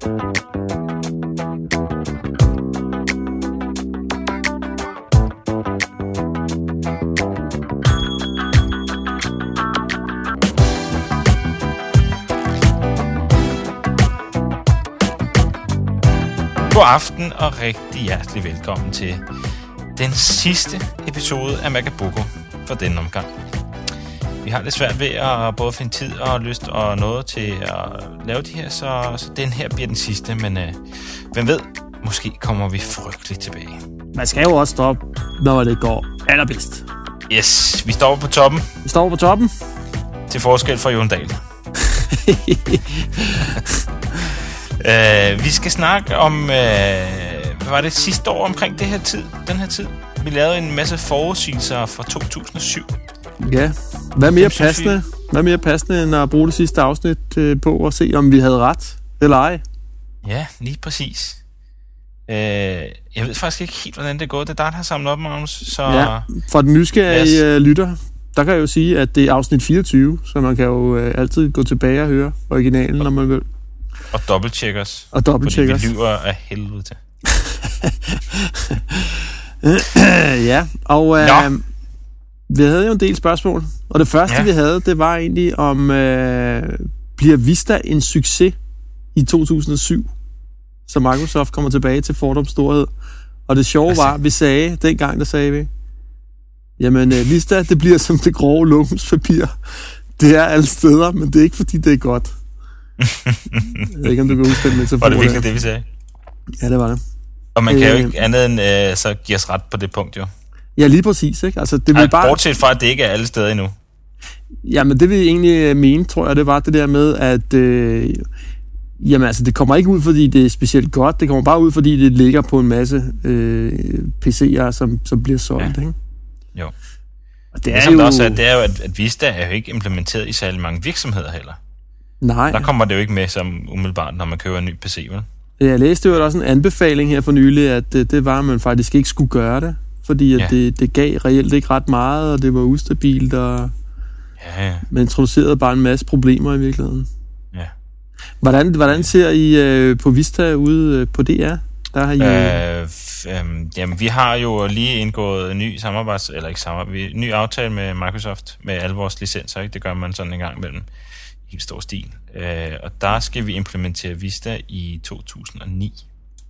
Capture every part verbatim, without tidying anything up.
God aften og rigtig hjertelig velkommen til den sidste episode af Magaboko for denne omgang. Vi har lidt svært ved at både finde tid og lyst og noget til at lave de her, så, så den her bliver den sidste, men øh, hvem ved, måske kommer vi frygteligt tilbage. Man skal jo også stoppe, når det går allerbedst. Yes, vi står på toppen. Vi står på toppen. Til forskel fra Jon Dahl. Uh, vi skal snakke om, uh, hvad var det sidste år omkring det her tid, den her tid? Vi lavede en masse forudsigelser fra to tusind og syv. Ja, hvad mere, Dem passende, vi... hvad mere passende end at bruge det sidste afsnit uh, på at se, om vi havde ret eller ej? Ja, lige præcis. Uh, jeg ved faktisk ikke helt, hvordan det er gået. Det er dig, der har samlet op, Magnus. Så... Ja, for den nysgerrige yes. uh, lytter, der kan jeg jo sige, at det er afsnit fireogtyve, så man kan jo uh, altid gå tilbage og høre originalen, når man vil. Og dobbelttjekke os. Og dobbelttjekke os. Fordi vi lyver af helvede til. Ja, og øh, vi havde jo en del spørgsmål. Og det første, ja. vi havde, det var egentlig om, øh, bliver Vista en succes i to tusind og syv? Så Microsoft kommer tilbage til fordoms storhed. Og det sjove var, vi sagde, dengang der sagde vi, jamen øh, Vista, det bliver som det grove lokumspapir. Det er alle steder, men det er ikke fordi, det er godt. Jeg ved ikke, om du kan huske den metafor. Var det virkelig det, vi sagde? Ja, det var det. Og man kan øh, jo ikke andet end øh, så give os ret på det punkt, jo. Ja, lige præcis, ikke? Altså, det vil Ej, bare... bortset fra, at det ikke er alle steder endnu. Jamen, det vi egentlig mene, tror jeg, det var det der med, at... Øh, jamen, altså, det kommer ikke ud, fordi det er specielt godt. Det kommer bare ud, fordi det ligger på en masse øh, P C'er, som, som bliver solgt, ja. Ikke? Jo. Og det er jo... også, at det er jo, at, at Vista er jo ikke implementeret i særlig mange virksomheder heller. Nej. Der kommer det jo ikke med som umiddelbart, når man køber en ny P C, vel? Jeg læste jo også en anbefaling her for nylig, at det, det var, at man faktisk ikke skulle gøre det, fordi at ja. det, det gav reelt ikke ret meget, og det var ustabilt, og ja, ja. man introducerede bare en masse problemer i virkeligheden. Ja. Hvordan, hvordan ser I øh, på Vista ude øh, på D R? Der har I, øh, f- øh, jamen, vi har jo lige indgået en ny samarbejds, eller ikke samarbejde, en ny aftale med Microsoft med alle vores licenser, ikke? Det gør man sådan en gang imellem. Helt stor stil. Øh, og der skal vi implementere Vista i to tusind og ni.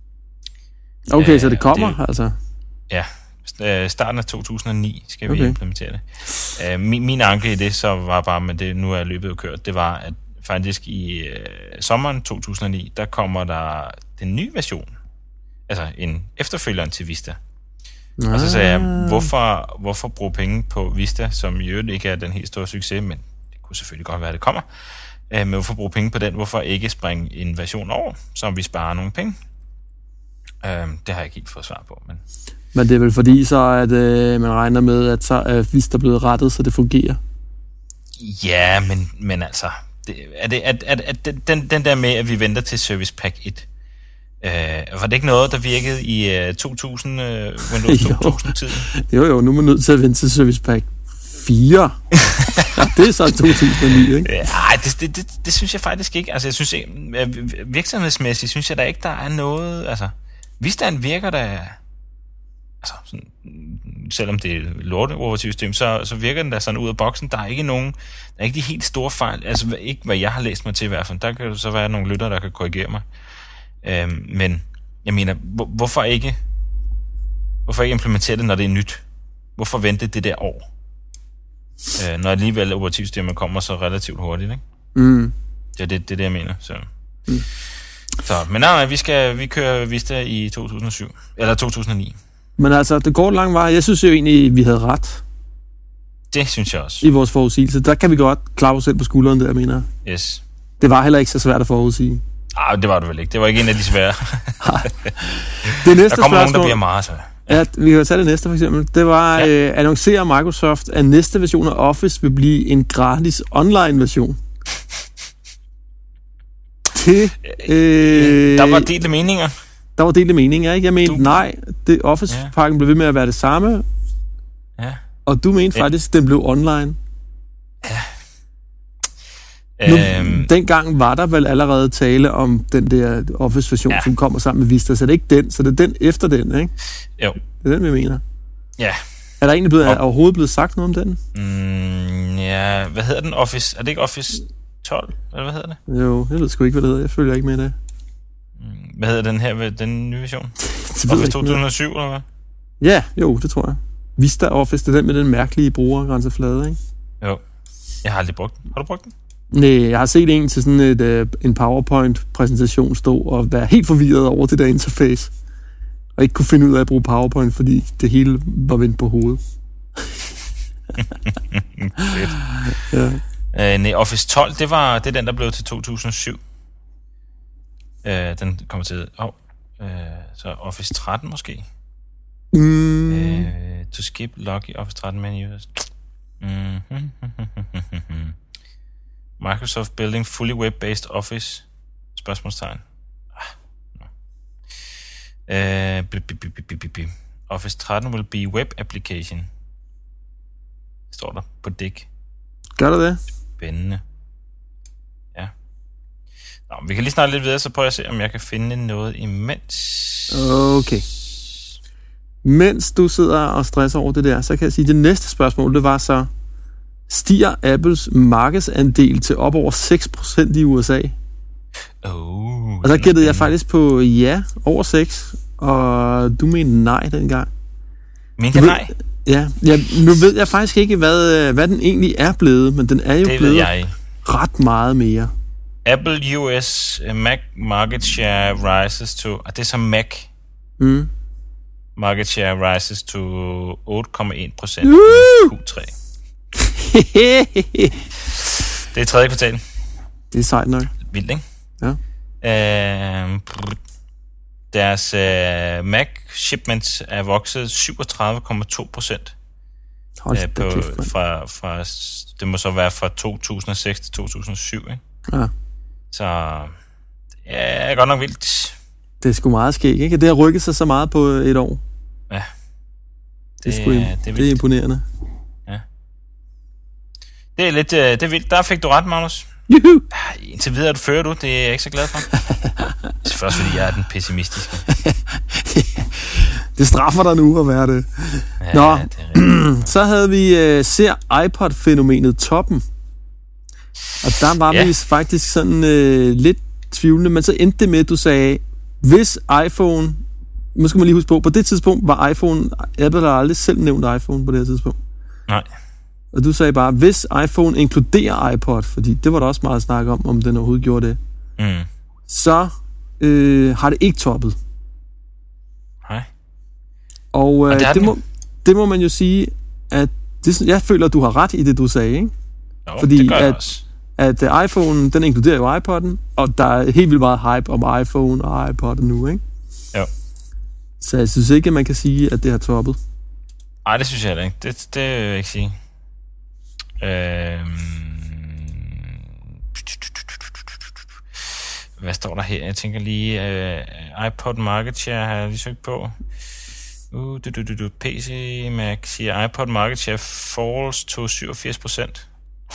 Okay, øh, så det kommer, det, altså? Ja, starten af to tusind og ni skal okay. vi implementere det. Øh, min, min anke i det, så var bare med det, nu er løbet jo kørt, det var, at faktisk i øh, sommeren to tusind og ni, der kommer der den nye version. Altså en efterfølgeren til Vista. Ah. Og så sagde jeg, hvorfor, hvorfor bruge penge på Vista, som i øvrigt ikke er den helt store succes, men kunne selvfølgelig godt være, at det kommer. Men hvorfor bruge penge på den? Hvorfor ikke springe en version over, så vi sparer nogle penge? Det har jeg ikke helt fået svar på. Men, men det er vel fordi så, at øh, man regner med, at så er Vista blevet rettet, så det fungerer? Ja, men, men altså, det, er det, at, at, at den, den der med, at vi venter til Service Pack et, øh, var det ikke noget, der virkede i uh, to tusind, uh, Windows to tusind-tiden? Jo, jo, nu er man nødt til at vente til Service Pack fire. Ja, det er så to tusind og ni, ikke? Nej, det, det, det, det synes jeg faktisk ikke. Altså, jeg synes, virksomhedsmæssigt synes jeg da ikke, der er noget... Altså, Vistaen virker da... Altså, sådan, selvom det er lorte operativsystem, så, så virker den da sådan ud af boksen. Der er ikke nogen... Der er ikke de helt store fejl. Altså, ikke hvad jeg har læst mig til i hvert fald. Der kan jo så være nogle lyttere, der kan korrigere mig. Øhm, men, jeg mener, hvor, hvorfor ikke... Hvorfor ikke implementere det, når det er nyt? Hvorfor vente det der år? Øh, når alligevel operativsystemet kommer så relativt hurtigt, ikke? Mm. Det er det, det, er det jeg mener. Så. Mm. Så, men nej, nej, vi skal vi kører Vista i to tusind og syv eller to tusind og ni. Men altså, det går lang vej. Jeg synes jo egentlig, vi havde ret. Det synes jeg også. I vores forudsigelse. Der kan vi godt klare os selv på skulderen der, mener jeg. Yes. Det var heller ikke så svært at forudsige. Ah, det var det vel ikke. Det var ikke en af de svære. Det næste der kommer spørgsmål, nogen, der bliver meget svære. Ja, vi kan tage det næste for eksempel. Det var, ja. øh, annoncerer Microsoft, at næste version af Office vil blive en gratis online-version. Det, øh, der var delte meninger. Der var delte meninger, ikke? Jeg mente, du... nej, det Office-pakken ja. blev ved med at være det samme. Ja. Og du mente faktisk, at den blev online. Ja. Nu, øhm, dengang var der vel allerede tale om den der Office-version, ja. som kommer sammen med Vista, så det er ikke den, så det er den efter den, ikke? Jo. Det er den, vi mener. Ja. Er der egentlig blevet, er overhovedet blevet sagt noget om den? Mm, ja, hvad hedder den? Office? Er det ikke Office tolv? Eller hvad hedder det? Jo, jeg ved sgu ikke, hvad det hedder. Jeg følger ikke med det. Hvad hedder den her, den nye version? Office to tusind og syv, eller hvad? Ja, jo, det tror jeg. Vista Office, det er den med den mærkelige brugergrænseflade, ikke? Jo. Jeg har aldrig brugt den. Har du brugt den? Nej, jeg har set en til sådan et, uh, en PowerPoint-præsentation stå og være helt forvirret over det der interface. Og ikke kunne finde ud af at bruge PowerPoint, fordi det hele var vendt på hovedet. Fedt. Ja. Øh, nej, Office tolv, det var det er den, der blev til to tusind og syv. Øh, den kommer til... Oh, øh, så Office tretten måske? Mm. Øh, to skip log i Office tretten menu. Mm-hmm. Microsoft building fully web-based Office? Spørgsmålstegn. Ah, no. uh, b- b- b- b- b- Office tretten will be web application. Står der på dæk. Gør det det? Spændende. Ja. Nå, vi kan lige snart lidt videre, så prøver jeg at se, om jeg kan finde noget imens. Okay. Mens du sidder og stresser over det der, så kan jeg sige, at det næste spørgsmål, det var så, stiger Apples markedsandel til op over seks procent i U S A? Oh, og så gættede jeg faktisk på ja, over seks, og du mente nej dengang. Mente jeg nej? Ja, ja, nu ved jeg faktisk ikke, hvad, hvad den egentlig er blevet, men den er jo det blevet ret meget mere. Apple U S Mac market share rises to, og det er som Mac. Mm. Market share rises to otte komma en procent i Q tre. Det er tredje kvartal. Det er sejt nok. Vildt, ikke? Ja. Øh, deres øh, Mac shipments er vokset syvogtredive komma to procent. Hold øh, på, fra, fra, det må så være fra to tusind og seks til to tusind og syv, ikke? Ja. Så ja, er godt nok vildt. Det er sgu meget skægt, ikke? Det har rykket sig så meget på et år. Ja. Det, det, er, sgu, det, er, det er imponerende. Ja. Det er lidt, det er vildt. Der fik du ret, Magnus. Juhu! Indtil videre, du fører du. Det er jeg ikke så glad for. Det er først, fordi jeg er den pessimistiske. Det straffer dig nu at være det. Ja, Nå, det så havde vi uh, ser iPod-fænomenet toppen. Og der var ja. vi faktisk sådan uh, lidt tvivlende, men så endte det med, at du sagde, hvis iPhone, nu skal man lige huske på, på det tidspunkt var iPhone, Apple har aldrig selv nævnt iPhone på det her tidspunkt. Nej. Og du sagde bare, hvis iPhone inkluderer iPod, fordi det var der også meget snak om, om den overhovedet gjorde det, mm. så øh, har det ikke toppet. Nej. Og, øh, og det, det, må, det må man jo sige, at det, jeg føler, at du har ret i det, du sagde, ikke? Jo, fordi det gør jeg at, også. at uh, iPhone, den inkluderer jo iPod'en, og der er helt vildt meget hype om iPhone og iPod nu, ikke? Jo. Så jeg synes ikke, at man kan sige, at det har toppet. Nej, det synes jeg ikke. Det, det vil jeg ikke sige. Øhm... Hvad står der her? Jeg tænker lige, uh, iPod market share har jeg lige søgt på. Uh, du, du, du, du. P C Mac siger, iPod market share falls to syvogfirs procent.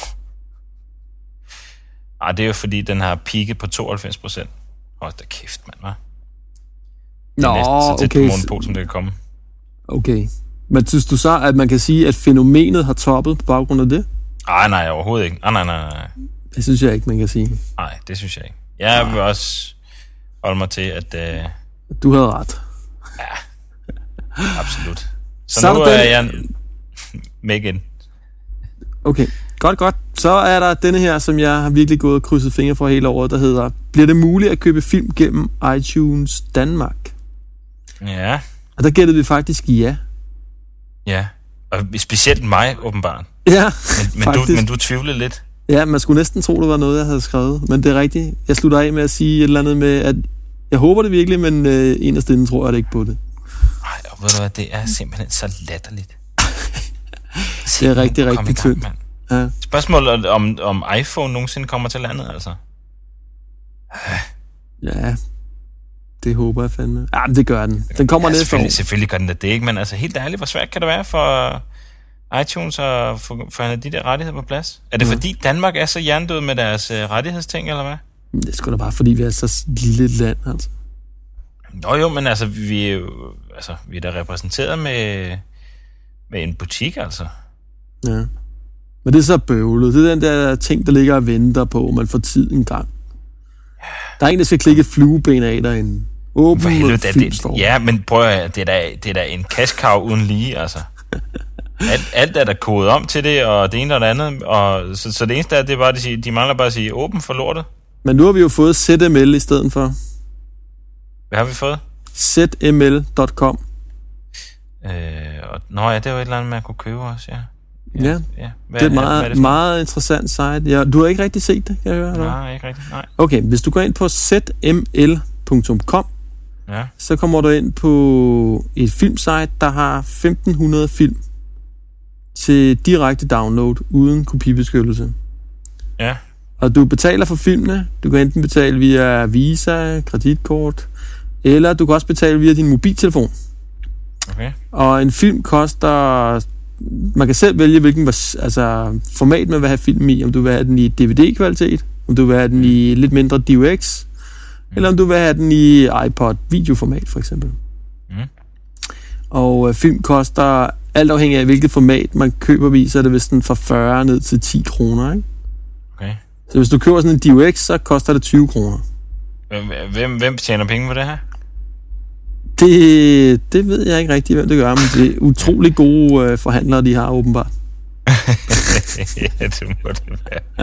Ah, det er jo fordi, den har peaked på tooghalvfems procent. Hold da kæft, mand, hva'? Det er Nå, næsten så tæt okay. på monopol, som det kan komme. Okay. Men synes du så, at man kan sige, at fænomenet har toppet på baggrund af det? Ej, nej, overhovedet ikke. Ah, nej, nej, nej. Det synes jeg ikke, man kan sige. Nej, det synes jeg ikke. Jeg vil også holde mig til, at... Uh... Du havde ret. Ja, absolut. Så, så nu er, er den... jeg med igen. Okay, godt, godt. Så er der denne her, som jeg har virkelig gået og krydset fingre for hele året, der hedder, bliver det muligt at købe film gennem iTunes Danmark? Ja. Og der gættede vi faktisk ja. Ja, og specielt mig, åbenbart. Ja, men, men, du, men du tvivlede lidt. Ja, man skulle næsten tro, det var noget, jeg havde skrevet. Men det er rigtigt. Jeg slutter af med at sige et eller andet med, at jeg håber det virkelig, men øh, inderst inden tror jeg det ikke på det. Nej, og ved du hvad, det er simpelthen så latterligt. Det er rigtig, rigtig tyndt. Ja. Spørgsmålet om, om iPhone nogensinde kommer til landet, altså. Ja, det håber jeg fandme. Ja, det gør den. Den kommer ja, næste år. Selvfølgelig, selvfølgelig gør den da det, ikke? Men altså, helt ærligt, hvor svært kan det være for, iTunes og forhandle de der rettigheder på plads? Er det ja. fordi Danmark er så hjernedød med deres uh, rettighedsting, eller hvad? Det er sgu da bare, fordi vi er så lille et land, altså. Nå jo, men altså, vi er jo altså, vi er da repræsenteret med, med en butik, altså. Ja. Men det er så bøvlet. Det er den der ting, der ligger og venter på, at man får tid en gang. Der er en, der skal klikke et flueben af derinde. Åben filmstår. Ja, men prøv at det er da, det er da en kaskav uden lige, altså. Alt, alt er der kodet om til det, og det ene og det andet. Og, så, så det eneste er, det er bare, de, de mangler bare at sige, åben for lortet. Men nu har vi jo fået Z M L i stedet for. Hvad har vi fået? Z M L punktum com. Øh, og, nå ja, det var et eller andet, man kunne købe også, ja. Ja, ja. ja. Hvad, det er et meget, er det meget interessant site. Ja, du har ikke rigtig set det, kan jeg høre? Eller? Nej, ikke rigtig, nej. Okay, hvis du går ind på Z M L punktum com, ja. så kommer du ind på et filmsite, der har femten hundrede film til direkte download uden kopibeskyttelse. Ja. Og du betaler for filmene. Du kan enten betale via Visa, kreditkort, eller du kan også betale via din mobiltelefon. Okay. Og en film koster... Man kan selv vælge, hvilken altså, format man vil have filmen i. Om du vil have den i D V D-kvalitet, om du vil have den i lidt mindre D V X, mm. eller om du vil have den i iPod-videoformat, for eksempel. Mm. Og øh, film koster, alt afhængig af hvilket format man køber i, så er det vist fra fyrre ned til ti kroner, ikke? Okay. Så hvis du køber sådan en D V X, så koster det tyve kroner. Hvem, hvem tjener penge på det her? Det, det ved jeg ikke rigtig, hvem det gør, men det er utrolig gode øh, forhandlere, de har åbenbart. Ja, det må det være.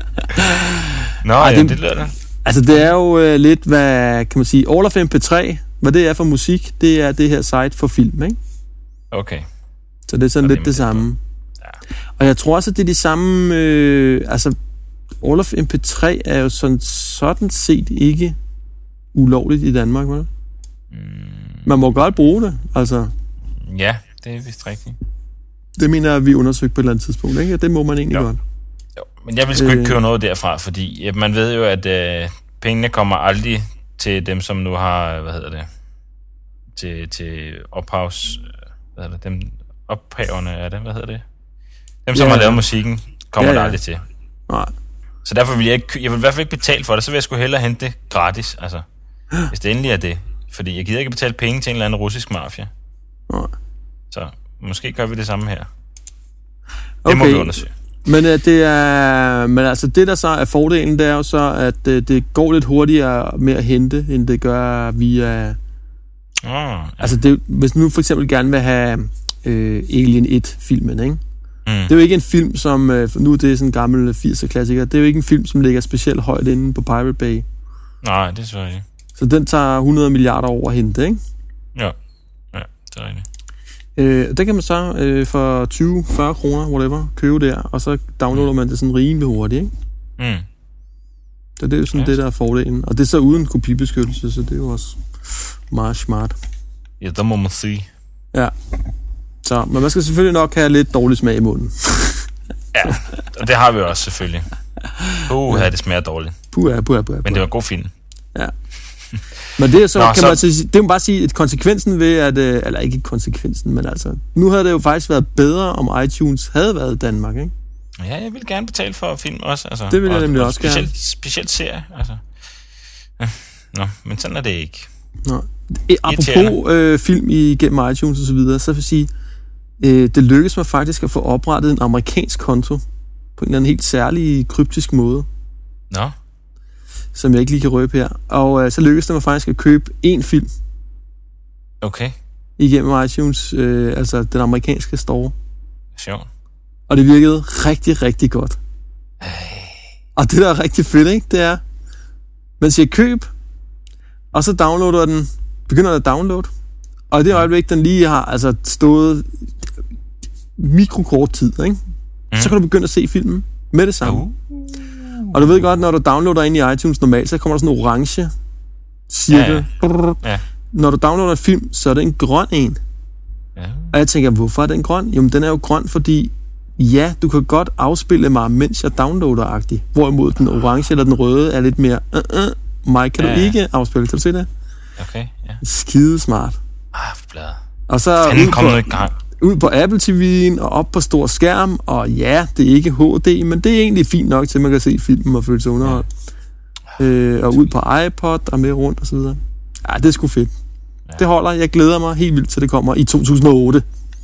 Nå, Ej, ja, det, det lyder det. Altså, det er jo øh, lidt, hvad kan man sige, All of M P tre, hvad det er for musik, det er det her site for film, ikke? Okay. Så det er sådan og lidt det, det samme. Ja. Og jeg tror også, at det er de samme, øh, altså, All of M P tre er jo sådan, sådan set ikke ulovligt i Danmark, vel? Mm. Man må godt bruge det, altså. Ja, det er vist rigtigt. Det mener jeg, vi undersøgte på et eller andet tidspunkt, ikke? Det må man egentlig jo. godt. Jo, men jeg vil sgu ikke købe noget derfra, fordi man ved jo, at øh, pengene kommer aldrig til dem, som nu har, hvad hedder det, til, til ophavs, hvad hedder det, dem ophaverne af det, hvad hedder det? Dem, som ja, har lavet musikken, kommer ja, ja. der aldrig til. Nej. Så derfor vil jeg ikke, jeg vil i hvert fald ikke betale for det, så vil jeg sgu hellere hente det gratis, altså. Hvis det endelig er det. Fordi jeg gider ikke betale penge til en eller anden russisk mafia. Nej. Så måske gør vi det samme her. Det okay. må vi undersøge. Men, uh, det er, men altså det, der så er fordelen, det er jo så, at uh, det går lidt hurtigere med at hente, end det gør via... Oh, ja. Altså det, hvis du nu for eksempel gerne vil have uh, Alien et-filmen, ikke? Mm. Det er jo ikke en film, som... Uh, nu er det sådan en gammel firser-klassiker. Det er jo ikke en film, som ligger specielt højt inde på Pirate Bay. Nej, det er så ikke. Så den tager hundrede milliarder over at hente, ikke? Ja, ja, det er rigtigt. Øh, der kan man så øh, for tyve til fyrre kroner, whatever, købe der, og så downloader man det sådan rimelig hurtigt, ikke? Mm. Så det er jo sådan ja. det, der er fordelen. Og det er så uden kopibeskyttelse, så det er jo også meget smart. Ja, der må man sige. Ja. Så, men man skal selvfølgelig nok have lidt dårlig smag i munden. Ja, og det har vi også selvfølgelig. Puh, ja. det smager dårligt. Puh, ja, puh, ja, puh, ja. Men det var god film. Ja. Men det er så, Nå, kan så... man altså, det må bare sige, at konsekvensen ved, at, eller ikke konsekvensen, men altså, nu havde det jo faktisk været bedre, om iTunes havde været i Danmark, ikke? Ja, jeg vil gerne betale for film også, altså. Det vil jeg og, nemlig og også specielt, gerne. Specielt serie, altså. Ja. Nå, men sådan er det ikke. Nå. E, apropos øh, film igennem iTunes og så videre, så vil jeg sige, øh, det lykkedes mig faktisk at få oprettet en amerikansk konto, på en eller anden helt særlig kryptisk måde. Nå. Som jeg ikke lige kan røbe her. Og øh, så lykkedes det mig faktisk at købe én film. Okay. Igennem iTunes, øh, altså den amerikanske store. Sjovt. Og det virkede rigtig, rigtig godt. Hey. Og det der er rigtig fedt, ikke? Det er, man siger køb, og så downloader den, begynder at download. Og i det øjeblik, den lige har altså stået mikrokort tid, ikke? Mm. Så kan du begynde at se filmen med det samme. Uh. Og du ved godt, når du downloader ind i iTunes normalt, så kommer der sådan en orange cirkel. Ja, ja. Ja. Når du downloader en film, så er det en grøn en. Ja. Og jeg tænker, hvorfor er den grøn? Jamen, den er jo grøn, fordi ja, du kan godt afspille mig, mens jeg downloader-agtig. Hvorimod den orange eller den røde er lidt mere, uh, uh, mig kan ja, du ikke afspille. Kan du se det? Okay, ja. Skide smart. Ah, bladet. Og så Fanden kom noget i gang. ud på Apple T V'en og op på stor skærm, og ja, det er ikke H D, men det er egentlig fint nok til, at man kan se filmen og føle sig underholdt. Ja. Øh, og ud på iPod og med rundt og så videre. Ja, det er sgu fedt. Ja. Det holder. Jeg glæder mig helt vildt til det kommer i to tusind og otte.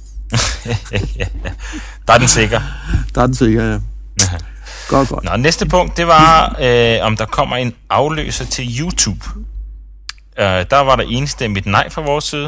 Der er den sikker. Der er den sikker, ja. Godt, godt. Nå, næste punkt, det var, øh, om der kommer en afløser til YouTube. Øh, der var der enstemmigt nej fra vores side.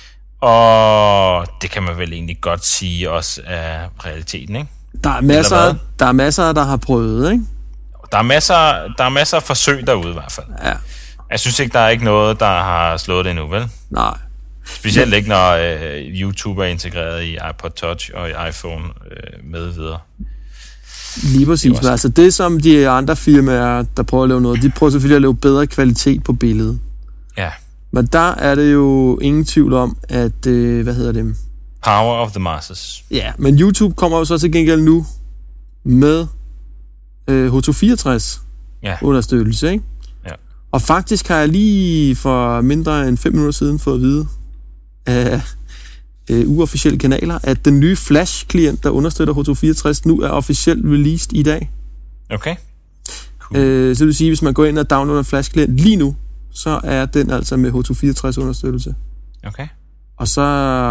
Og det kan man vel egentlig godt sige også af realiteten, ikke? Der er masser, der, er masser der har prøvet, ikke? Der er masser, der er masser af forsøg derude i hvert fald. Ja. Jeg synes ikke, der er ikke noget, der har slået det endnu, vel? Nej. Specielt ikke, når øh, YouTube er integreret i iPod Touch og i iPhone øh, med videre. Lige præcis. Det, altså det, som de andre firmaer, der prøver at lave noget, de prøver selvfølgelig at lave bedre kvalitet på billedet. Ja. Men der er det jo ingen tvivl om, at, øh, hvad hedder det? Power of the masses. Ja, men YouTube kommer jo så til gengæld nu med øh, H to fireogtres ja. understøttelse, ikke? Ja. Og faktisk har jeg lige for mindre end fem minutter siden fået at vide af øh, uofficielle kanaler, at den nye Flash-klient, der understøtter H to fireogtres, nu er officielt released i dag. Okay. Cool. Øh, så det vil sige, hvis man går ind og downloader en Flash-klient lige nu, så er den altså med H to fireogtres understøttelse. Okay. Og så,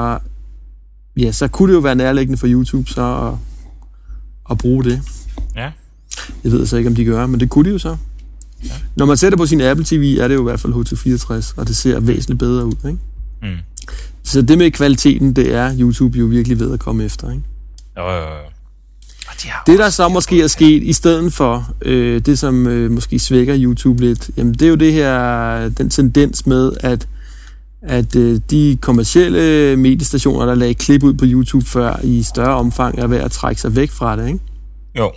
ja, så kunne det jo være nærliggende for YouTube så at, at bruge det. Ja. Jeg ved så ikke, om de gør, men det kunne de jo så. Ja. Når man sætter på sin Apple T V, er det jo i hvert fald H to fireogtres, og det ser væsentligt bedre ud, ikke? Mm. Så det med kvaliteten, det er YouTube jo virkelig ved at komme efter, ikke? Jo, jo, jo. De det, der så måske er sket, i stedet for øh, det, som øh, måske svækker YouTube lidt, jamen det er jo det her, den tendens med, at, at øh, de kommercielle mediestationer, der lagde klip ud på YouTube før, i større omfang er ved at trække sig væk fra det, ikke? Jo.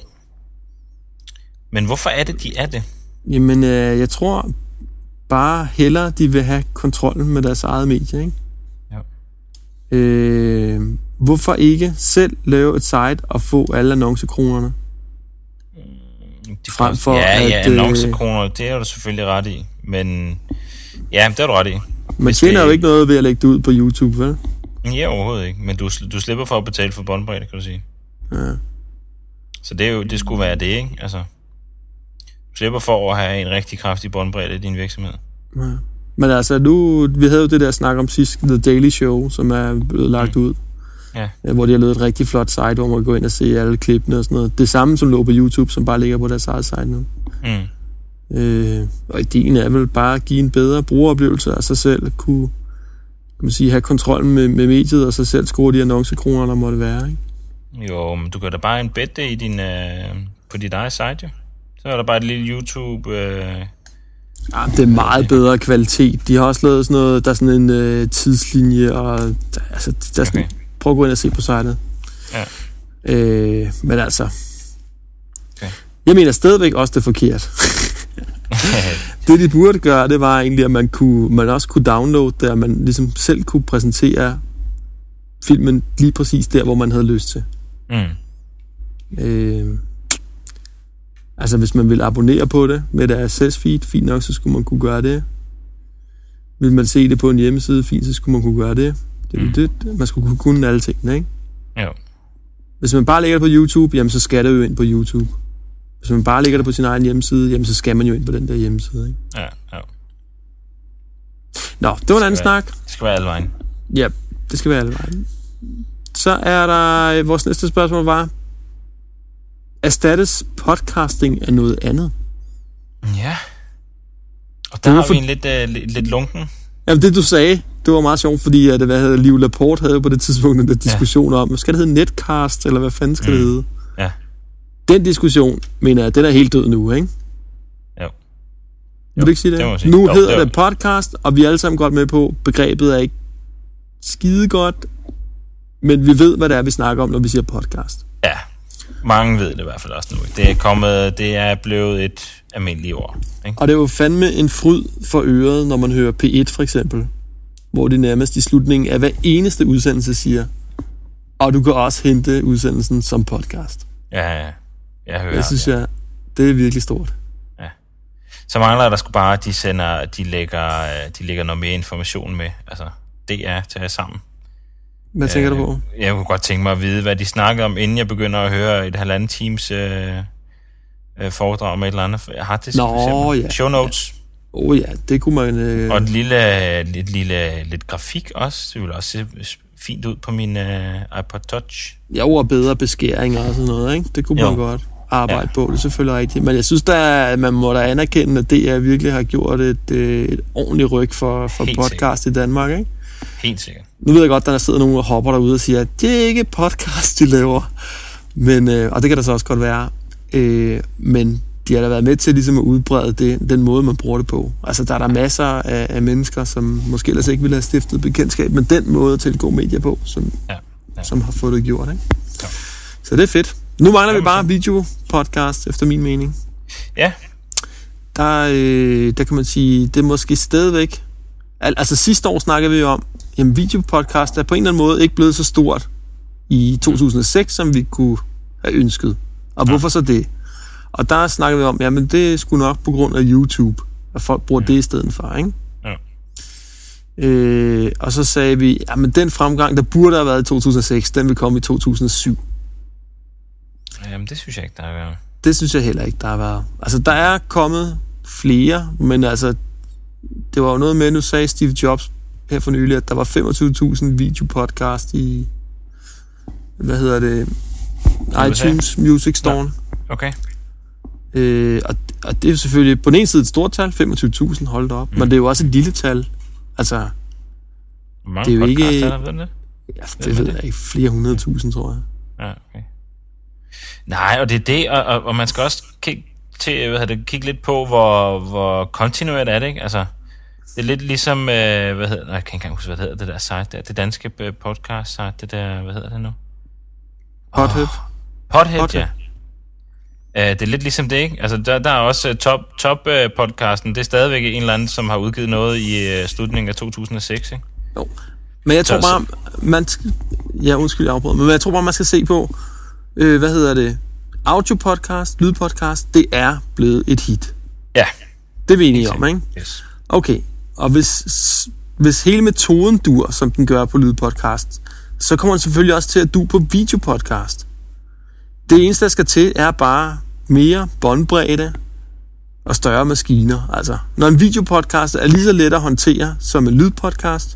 Men hvorfor er det, de er det? Jamen, øh, jeg tror bare hellere, de vil have kontrollen med deres eget medie, ikke? Ja. Øh, hvorfor ikke selv lave et site og få alle annoncekronerne? De frem for ja, at, ja, annoncekroner, det er du selvfølgelig ret i. Men ja, det er du ret i. Man tjener det jo ikke noget ved at lægge det ud på YouTube, vel? Ja, overhovedet ikke. Men du, du slipper for at betale for båndbredde, kan du sige. Ja. Så det, er jo, det skulle være det, ikke? Altså, du slipper for at have en rigtig kraftig båndbredde i din virksomhed. Ja. Men altså, nu, vi havde jo det der snak om sidst, The Daily Show, som er blevet lagt mm. ud. Ja. Hvor de har lavet et rigtig flot site, hvor man kan gå ind og se alle klippene og sådan noget. Det samme, som lå på YouTube, som bare ligger på deres eget site nu. Mm. Øh, og ideen er vel bare at give en bedre brugeroplevelse af sig selv, kunne kan man sige, have kontrollen med, med mediet, og sig selv score de annoncekroner, der måtte være, ikke? Jo, men du kan da bare embedde det i din, øh, på dit eget site, jo. Så er der bare et lille YouTube... Øh... Ja, det er meget bedre kvalitet. De har også lavet sådan noget, der er sådan en øh, tidslinje, og der, altså, der er sådan, okay. Prøv at gå ind og se på sitet. Ja. Øh, men altså... Okay. Jeg mener stadigvæk også, det er forkert. Det, de burde gøre, det var egentlig, at man, kunne, man også kunne downloade det, og man ligesom selv kunne præsentere filmen lige præcis der, hvor man havde lyst til. Mm. Øh, altså, hvis man ville abonnere på det med et R S S-feed, fint nok, så skulle man kunne gøre det. Vil man se det på en hjemmeside, fint, så skulle man kunne gøre det. Det, mm. det, man skulle kunne kunne alle tingene, ikke? Jo. Hvis man bare lægger det på YouTube, jamen så skal det jo ind på YouTube. Hvis man bare lægger det på sin egen hjemmeside, jamen så skal man jo ind på den der hjemmeside, ikke? Ja, ja. Nå, det var en anden være, snak. Det skal være alle vejen. Ja, det skal være alle vejen. Så er der, vores næste spørgsmål var, erstattes podcasting af noget andet? Ja. Og der har for... vi en lidt, uh, lidt, lidt lunken. Jamen det du sagde, det var meget sjovt, fordi at, hvad hedder Liv Laporte havde på det tidspunkt en der diskussion ja. om, skal det hedde Netcast, eller hvad fanden skal mm. det hedde? Ja. Den diskussion, mener jeg, den er helt død nu, ikke? Jo. Vil du ikke sige det? det nu jo, hedder det, det podcast, og vi er alle sammen godt med på, begrebet er ikke skide godt, men vi ved, hvad det er, vi snakker om, når vi siger podcast. Ja, mange ved det i hvert fald også nu. Det er kommet, det er blevet et almindeligt ord. Ikke? Og det er jo fandme en fryd for øret, når man hører P et for eksempel, hvor det nærmest i slutningen af hver eneste udsendelse siger, og du kan også hente udsendelsen som podcast. Ja, ja. Jeg hører jeg synes, det. Jeg, det er virkelig stort. Ja. Så mangler der sgu bare, at de sender, de lægger, de lægger noget mere information med. Altså, D R til at have sammen. Hvad tænker øh, du på? Jeg kunne godt tænke mig at vide, hvad de snakker om, inden jeg begynder at høre et halvandet times øh, øh, foredrag med et eller andet. Jeg har det Nå, ja. Show notes. Åh oh, ja, det kunne man... Øh... Og et lille, lidt, lille, lidt grafik også. Det vil også se fint ud på min øh, iPod Touch. Ja, og bedre beskæringer og sådan noget, ikke? Det kunne jo. man godt arbejde ja. på. Det er selvfølgelig rigtigt. Men jeg synes, at man må da anerkende, at D R virkelig har gjort et, et ordentligt ryg for, for podcast sikkert. i Danmark, ikke? Helt sikkert. Nu ved jeg godt, at der sidder nogen og hopper derude og siger, at det er ikke podcast, de laver. Men, øh, og det kan der så også godt være. Øh, men de har da været med til ligesom at udbrede det, den måde, man bruger det på. Altså, der er der masser af, af mennesker, som måske ellers ikke ville have stiftet bekendtskab med den måde at tilgå medier på, som, ja, ja. som har fået det gjort, ikke? Ja. Så det er fedt. Nu mangler vi bare video-podcast, efter min mening. Ja. Der, øh, der kan man sige, det er måske stadigvæk... Al- altså, sidste år snakkede vi om, jamen, videopodcast er på en eller anden måde ikke blevet så stort i to tusind og seks, som vi kunne have ønsket. Og ja. hvorfor så det? Og der snakkede vi om, jamen det er sgu nok på grund af YouTube, at folk bruger ja. det i stedet for, ikke? Ja. Øh, og så sagde vi, jamen den fremgang, der burde have været i to tusind og seks, den vil komme i to tusind og syv. Jamen det synes jeg ikke, der har været. Det synes jeg heller ikke, der har været. Altså der er kommet flere, men altså, det var jo noget med, nu sagde Steve Jobs her for nylig, at der var femogtyve tusind videopodcast i, hvad hedder det, iTunes Music Store. Ja. Okay. Øh, og, og det er jo selvfølgelig på den ene side et stort tal, femogtyve tusind, hold da op, mm. men det er jo også et lille tal. Altså, hvor mange det er jo ikke... Er der, ved det? Ja, det ved jeg ikke. Flere hundrede tusind, tror jeg. Ja, okay. Nej, og det er det, og, og, og man skal også kigge, til, hvad det, kigge lidt på, hvor, hvor kontinuert er det, ikke? Altså, det er lidt ligesom, øh, hvad hedder, nej, jeg kan ikke engang huske, hvad det hedder, det der site der, det danske podcast site, det der, hvad hedder det nu? Pothead. Oh, Pothead, Pothead, ja. Uh, det er lidt ligesom det, ikke? Altså, der, der er også uh, top, top uh, podcasten, det er stadigvæk en eller anden, som har udgivet noget i uh, slutningen af to tusind og seks, ikke? Jo. Men jeg tror bare, man skal, ja, undskyld, jeg afbryder, men jeg tror bare, man skal se på, øh, hvad hedder det, audio-podcast, lydpodcast, det er blevet et hit. Ja. Det er vi enige om, ikke? Yes. Okay, og hvis, hvis hele metoden dur, som den gør på lydpodcast, så kommer den selvfølgelig også til at du på videopodcast. Det eneste, der skal til, er bare mere båndbredde og større maskiner. Altså, når en videopodcast er lige så let at håndtere som en lydpodcast,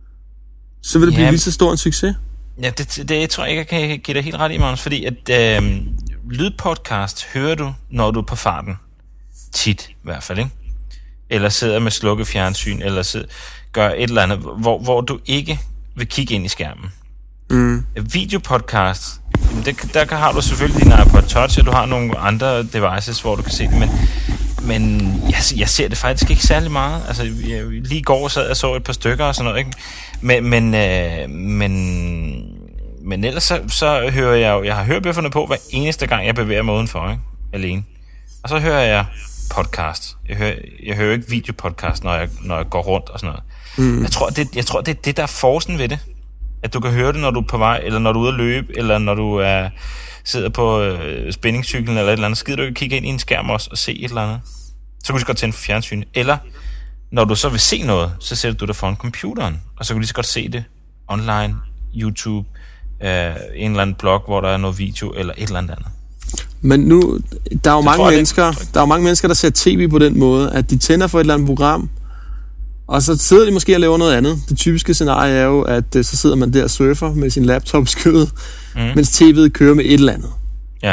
så vil det ja, blive lige så stor en succes. Ja, det, det tror jeg ikke, jeg kan give dig helt ret i, Magnus, fordi at øh, lydpodcast hører du, når du er på farten. Tit, i hvert fald, ikke? Eller sidder med slukket fjernsyn, eller sidder, gør et eller andet, hvor, hvor du ikke vil kigge ind i skærmen. Mm. Videopodcast, der, der har du selvfølgelig din iPod Touch, og du har nogle andre devices, hvor du kan se det, men, men jeg, jeg ser det faktisk ikke særlig meget. Altså, jeg, lige i går sad jeg så et par stykker og sådan noget, ikke? Men, men, øh, men, men ellers så, så hører jeg jo, jeg har hørebøfferne på hver eneste gang, jeg bevæger mig udenfor, ikke? Alene. Og så hører jeg podcast. Jeg hører, jeg hører ikke videopodcast, når jeg, når jeg går rundt og sådan noget. Mm. Jeg tror, det, jeg tror, det er det, der er forsen ved det. At du kan høre det, når du er på vej, eller når du er ude at løbe, eller når du er, sidder på øh, spændingscyklen eller et eller andet. Skider du ikke kigge ind i en skærm også og se et eller andet. Så kan du godt tænde for fjernsyn. Eller når du så vil se noget, så sætter du dig foran computeren, og så kan du lige så godt se det online, YouTube, øh, en eller anden blog, hvor der er noget video, eller et eller andet andet. Men nu, der er jo så mange jeg, mennesker, det, der er jo mange mennesker, der ser tv på den måde, at de tænder for et eller andet program, og så sidder de måske og laver noget andet. Det typiske scenarie er jo, at så sidder man der og surfer med sin laptop skødet, mm. mens tv'et kører med et eller andet. Ja.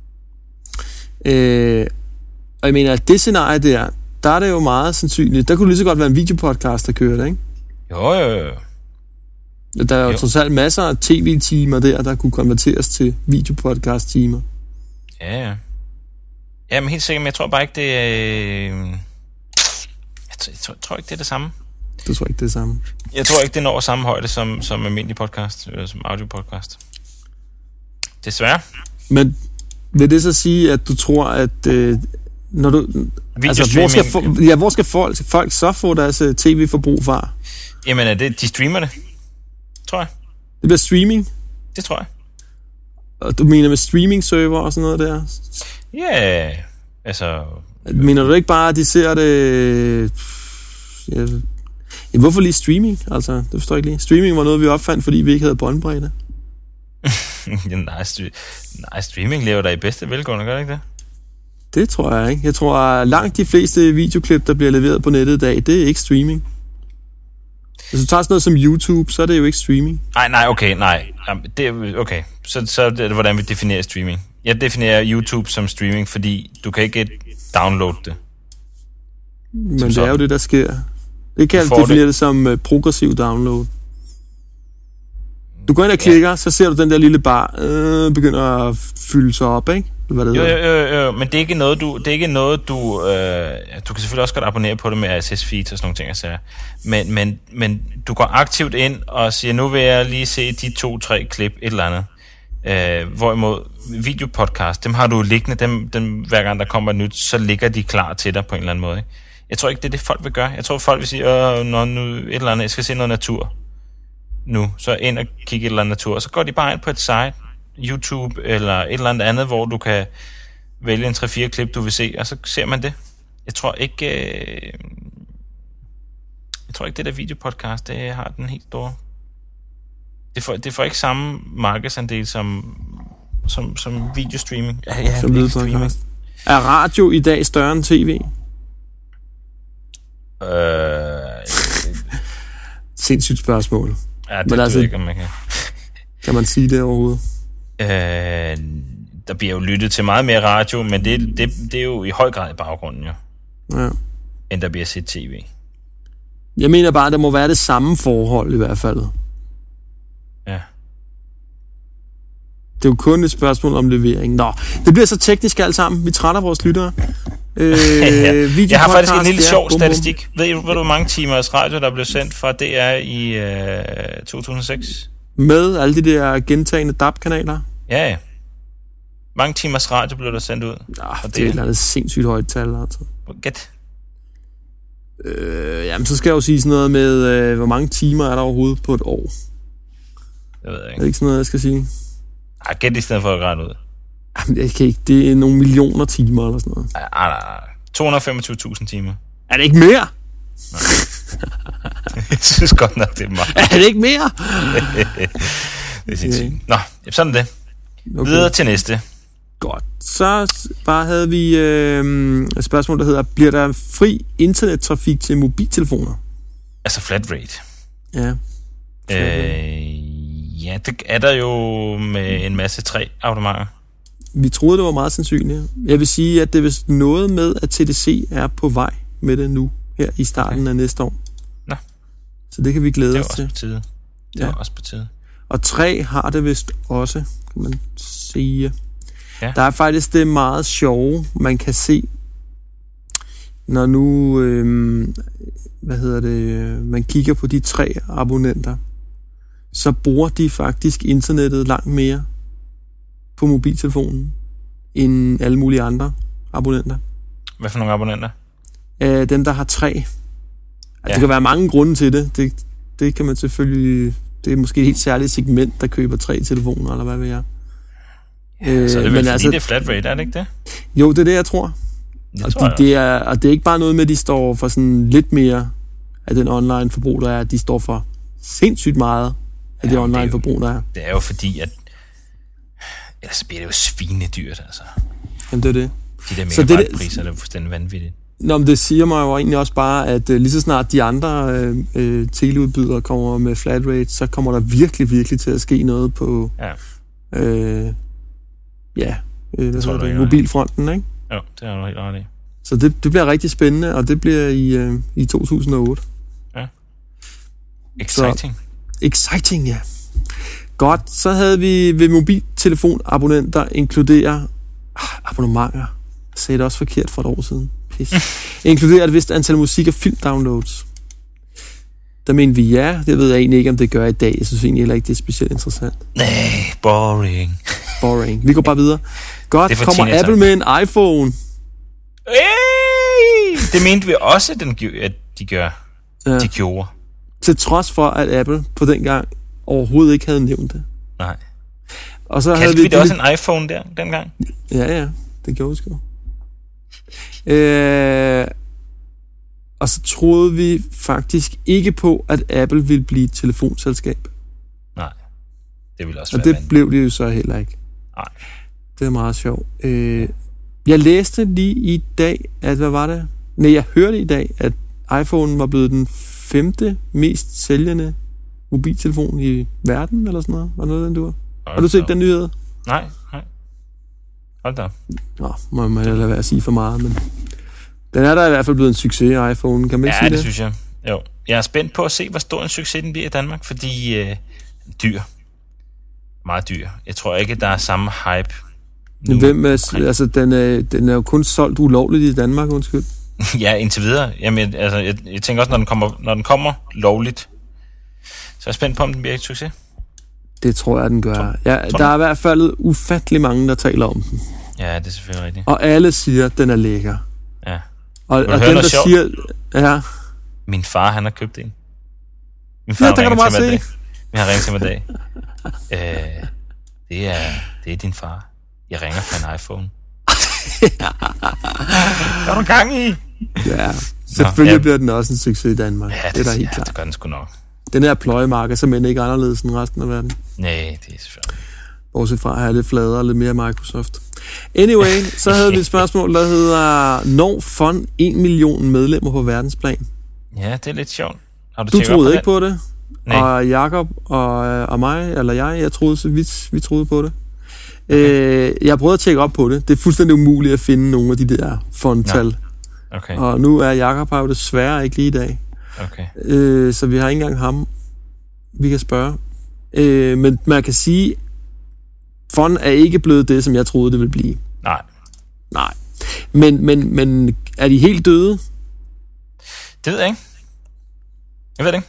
Øh, og jeg mener, at det scenarie der, der er det jo meget sandsynligt. Der kunne lige så godt være en videopodcast, der kører det, ikke? Jo, jo, jo. Der er jo, jo. trods alt masser af tv-timer der, der kunne konverteres til videopodcast-timer. Ja, ja. Ja, men helt sikkert, men jeg tror bare ikke, det er... Jeg tror, jeg tror ikke, det er det samme. Du tror ikke, det er det samme? Jeg tror ikke, det når samme højde som, som almindelig podcast, eller som audio-podcast. Desværre. Men vil det så sige, at du tror, at... Øh, når du, altså, hvor skal, for, ja, hvor skal folk, folk så få deres uh, tv-forbrug fra? Jamen, er det, de streamer det, tror jeg. Det bliver streaming? Det tror jeg. Og du mener med streaming-server og sådan noget der? Ja, yeah, altså... Mener du ikke bare, at de ser det... Jeg, Ja, hvorfor lige streaming? Altså, det forstår jeg ikke lige. Streaming var noget, vi opfandt, fordi vi ikke havde båndbredde. ja, nej, st- nej, streaming lever der i bedste velgående, gør det ikke det? Det tror jeg ikke. Jeg tror, at langt de fleste videoklip, der bliver leveret på nettet i dag, det er ikke streaming. Hvis du tager sådan noget som YouTube, så er det jo ikke streaming. Nej, nej, okay, nej. Det er, okay, så, så er det, hvordan vi definerer streaming. Jeg definerer YouTube som streaming, fordi du kan ikke downloade det. Men det er jo det, der sker. Det kan jeg definere det, det som uh, progressiv download. Du går ind og klikker, ja. Så ser du den der lille bar øh, begynder at fylde sig op, ikke? Hvad det jo, jo, jo, jo, men det er ikke noget, du... Det er ikke noget, du... Øh, du kan selvfølgelig også godt abonnere på det med R S S-feeds og sådan nogle ting, altså. men, men, men du går aktivt ind og siger, nu vil jeg lige se de to-tre klip, et eller andet. Øh, hvorimod videopodcast, dem har du liggende, dem, dem, hver gang der kommer et nyt, så ligger de klar til dig på en eller anden måde, ikke? Jeg tror ikke, det er det, folk vil gøre. Jeg tror, folk vil sige, øh, når nu et eller andet, jeg skal se noget natur nu, så ind og kigge et eller andet natur, og så går de bare ind på et site, YouTube eller et eller andet andet, hvor du kan vælge en tre-fire klip, du vil se, og så ser man det. Jeg tror ikke, øh, jeg tror ikke, det der videopodcast, det har den helt store. Det får, det får ikke samme markedsandel som, som, som videostreaming. Ja, ja, som lydpodcast. Er radio i dag større end tv? Øh, Sindssygt spørgsmål. Ja, det men altså, ikke, om man kan. Kan man sige det overhovedet? Øh, der bliver jo lyttet til meget mere radio, men det, det, det er jo i høj grad i baggrunden, jo. Ja. End der bliver set tv. Jeg mener bare, at der må være det samme forhold i hvert fald. Ja. Det er jo kun et spørgsmål om levering. Nå, det bliver så teknisk alt sammen. Vi trætter vores lyttere. Øh, ja. Jeg har faktisk en lille sjov statistik. Ved du, hvor mange timers radio, der blev sendt fra D R i øh, to tusind og seks? Med alle de der gentagende D A B-kanaler? Ja, ja. Mange timers radio blev der sendt ud? Ja, det er et eller andet sindssygt højt tal, altså. Gæt. Øh, jamen, så skal jeg jo sige sådan noget med, øh, hvor mange timer er der overhovedet på et år? Det ved jeg ikke. Er det ikke sådan noget, jeg skal sige? Ej, gæt i stedet for at regne ud. Jamen, jeg kan ikke. Det er nogle millioner timer eller sådan noget. Ej, nej, nej. to hundrede og femogtyve tusind timer. Er det ikke mere? Jeg synes godt nok, det er meget. Er det ikke mere? Det er sindssygt. Nå, sådan er det. Okay. Videre til næste. Godt. Så bare havde vi øh, et spørgsmål, der hedder, bliver der fri internettrafik til mobiltelefoner? Altså flat rate. Ja. Øh, ja, det er der jo med en masse tre abonnementer. Vi troede, det var meget sandsynligt. Jeg vil sige, at det er vist noget med, at T D C er på vej med det nu, her i starten okay. af næste år. Nå. Så det kan vi glæde os til. Det er også på tide. Det er ja. også på tide. Og tre har det vist også, kan man sige. Ja. Der er faktisk det meget sjove, man kan se, når nu, øh, hvad hedder det, man kigger på de tre abonnenter, så bruger de faktisk internettet langt mere på mobiltelefonen, end alle mulige andre abonnenter. Hvad for nogle abonnenter? Øh, dem, der har tre. Altså, ja. Det kan være mange grunde til det. det. Det kan man selvfølgelig... Det er måske et helt særligt segment, der køber tre telefoner, eller hvad ved jeg. Ja, så er det vel fordi, altså, det er flat rate, er det ikke det? Jo, det er det, jeg tror. Det og, tror de, det er, og det er ikke bare noget med, at de står for sådan lidt mere af den online forbrug, der er. De står for sindssygt meget af ja, det online det jo, forbrug, der er. Det er jo fordi, at ellers så bliver det jo svinedyrt, altså. Jamen, det er det. De der megabyte-priser, det er fuldstændig vanvittigt. Nå, men det siger mig jo egentlig også bare, at uh, lige så snart de andre uh, uh, teleudbydere kommer med flat rate, så kommer der virkelig, virkelig til at ske noget på ja, uh, ja uh, hvad det, det, mobilfronten, ikke? Jo, det er du helt ret i. Så det, det bliver rigtig spændende, og det bliver i, uh, i to tusind og otte. Ja. Exciting. Så, exciting, ja. Godt, så havde vi ved mobiltelefonabonnenter inkludere ah, abonnementer. Jeg sagde det også forkert for et år siden. Pis. Inkluderer et vist antal musik- og filmdownloads. Der mener vi ja. Det ved jeg egentlig ikke, om det gør i dag. Jeg synes egentlig heller ikke, det er specielt interessant. Nej, boring. Boring. Vi går bare videre. Godt, kommer Apple med en iPhone. Hey! Det mente vi også, at de gør. Ja. De gjorde. Til trods for, at Apple på den gang overhovedet ikke havde nævnt det. Nej. Og så Kaldte havde vi vi det også en iPhone der, dengang? Ja, ja. Det gjorde vi sgu. Øh, og så troede vi faktisk ikke på, at Apple ville blive et telefonselskab. Nej, det ville også og være det vanligt. blev det jo så heller ikke. Nej. Det er meget sjovt. Øh, jeg læste lige i dag, at hvad var det? Nej, jeg hørte i dag, at iPhone var blevet den femte mest sælgende mobiltelefon i verden, eller sådan noget. Var noget, den du har? Har du set den nyhed? Nej, nej. Hold da. Nå, må man lade være at sige for meget, men den er der i hvert fald blevet en succes, iPhone. Kan man ikke ja, sige det? Ja, det synes jeg. Jo. Jeg er spændt på at se, hvor stor en succes den bliver i Danmark, fordi øh, dyr. Meget dyr. Jeg tror ikke, der er samme hype nu. Hvem er, altså, den er, den er jo kun solgt ulovligt i Danmark, undskyld. Ja, indtil videre. Jamen, altså, jeg, jeg tænker også, når den kommer, når den kommer lovligt, så er jeg spændt på, om den bliver et succes. Det tror jeg, den gør. Tror, ja, tror der er i hvert fald ufattelig mange, der taler om den. Ja, det er selvfølgelig rigtigt. Og alle siger, at den er lækker. Ja. Og, og dem, der sjovt? siger... Ja. Min far, han har købt en. Min far ja, det kan du bare se. Vi har ringet til mig i dag. øh, det, er, det er din far. Jeg ringer fra en iPhone. Hvad er du gang i? Ja, selvfølgelig Nå, ja. bliver den også en succes i Danmark. Ja, det, det er der helt ja, klart. det gør den sgu nok. Den her pløjemark er simpelthen ikke anderledes end resten af verden. Nej, det er selvfølgelig. Bortset fra at have lidt fladere og lidt mere Microsoft. Anyway, så havde vi et spørgsmål, der hedder, når Fun en million medlemmer på verdensplan? Ja, det er lidt sjovt. Har du du troede på ikke på det? Nej. Og Jakob og, og mig, eller jeg, jeg troede, så vidt vi troede på det. Okay. Øh, jeg prøvede at tjekke op på det. Det er fuldstændig umuligt at finde nogle af de der fun-tal. Okay. Og nu er Jakob her jo desværre ikke lige i dag. Okay. Øh, så vi har ikke engang ham, vi kan spørge. Øh, men man kan sige, Fun er ikke blevet det, som jeg troede, det ville blive. Nej. Nej. Men, men, men er de helt døde? Det ved jeg ikke. Jeg ved det ikke.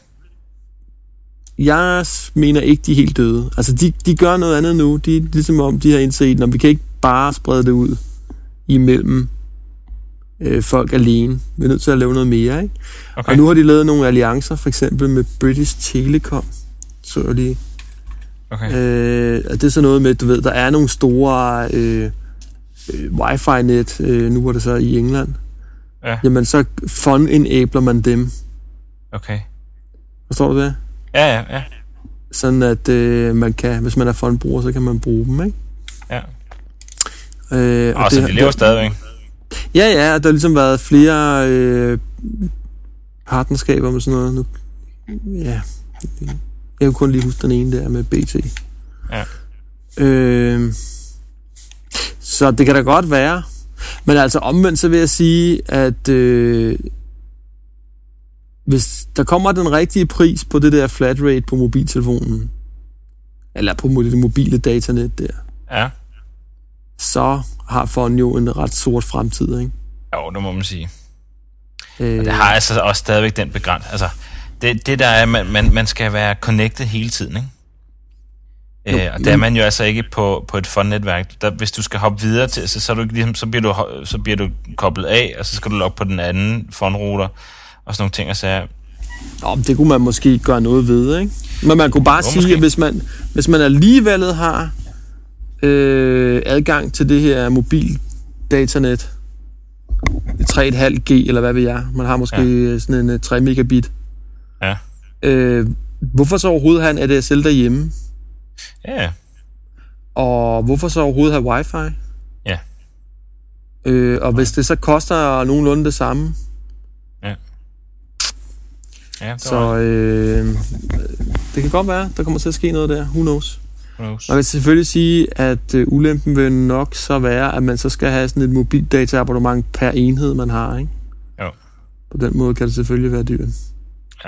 Jeg mener ikke, de er helt døde. Altså, de, de gør noget andet nu. De er ligesom om, de har indset, at vi kan ikke bare sprede det ud imellem øh, folk alene. Vi er nødt til at lave noget mere, ikke? Okay. Og nu har de lavet nogle alliancer, for eksempel med British Telecom. Så er de... Okay. Øh, det er så noget med, du ved, der er nogle store øh, øh, wifi-net, øh, nu er det så i England. Ja. Jamen, så fun-enabler man dem. Okay. Forstår du det? Ja, ja, ja. Sådan at øh, man kan, hvis man er fun-bruger, så kan man bruge dem, ikke? Ja. Øh, og, og så det, de lever stadigvæk. Ja, ja, der har ligesom været flere øh, partnerskaber med sådan noget. Nu, ja, jeg kan kun lige huske den ene der med B T. Ja. Øh, så det kan da godt være. Men altså omvendt, så vil jeg sige, at øh, hvis der kommer den rigtige pris på det der flat rate på mobiltelefonen, eller på det mobile datanet der, ja, så har Fun jo en ret sort fremtid, ikke? Jo, det må man sige. Øh, og det har altså også stadigvæk den begrænsning. Altså, det, det der er, man, man, man skal være connected hele tiden, ikke? Jo, øh, og der er man jo altså ikke på, på et Fun-netværk. Der, hvis du skal hoppe videre til, så, så, er du ligesom, så, bliver du, så bliver du koblet af, og så skal du logge på den anden Fun-router, og sådan nogle ting, og så er... Nå, det kunne man måske gøre noget ved, ikke? Men man kunne bare jo, sige, måske. at hvis man, hvis man alligevel har øh, adgang til det her mobildatanet, tre komma fem G, eller hvad ved jeg, man har måske ja. sådan en tre megabit. Ja. Øh, hvorfor så overhovedet have en A D S L derhjemme? Ja. Og hvorfor så overhovedet have wifi? Ja. Øh, og hvis det så koster nogenlunde det samme, ja. Ja, så øh, det kan godt være, der kommer til at ske noget der. Who knows? Who knows? Man kan selvfølgelig sige, at øh, ulempen vil nok så være, at man så skal have sådan et mobildataabonnement per enhed, man har, ikke? Jo. På den måde kan det selvfølgelig være dyrt. Ja.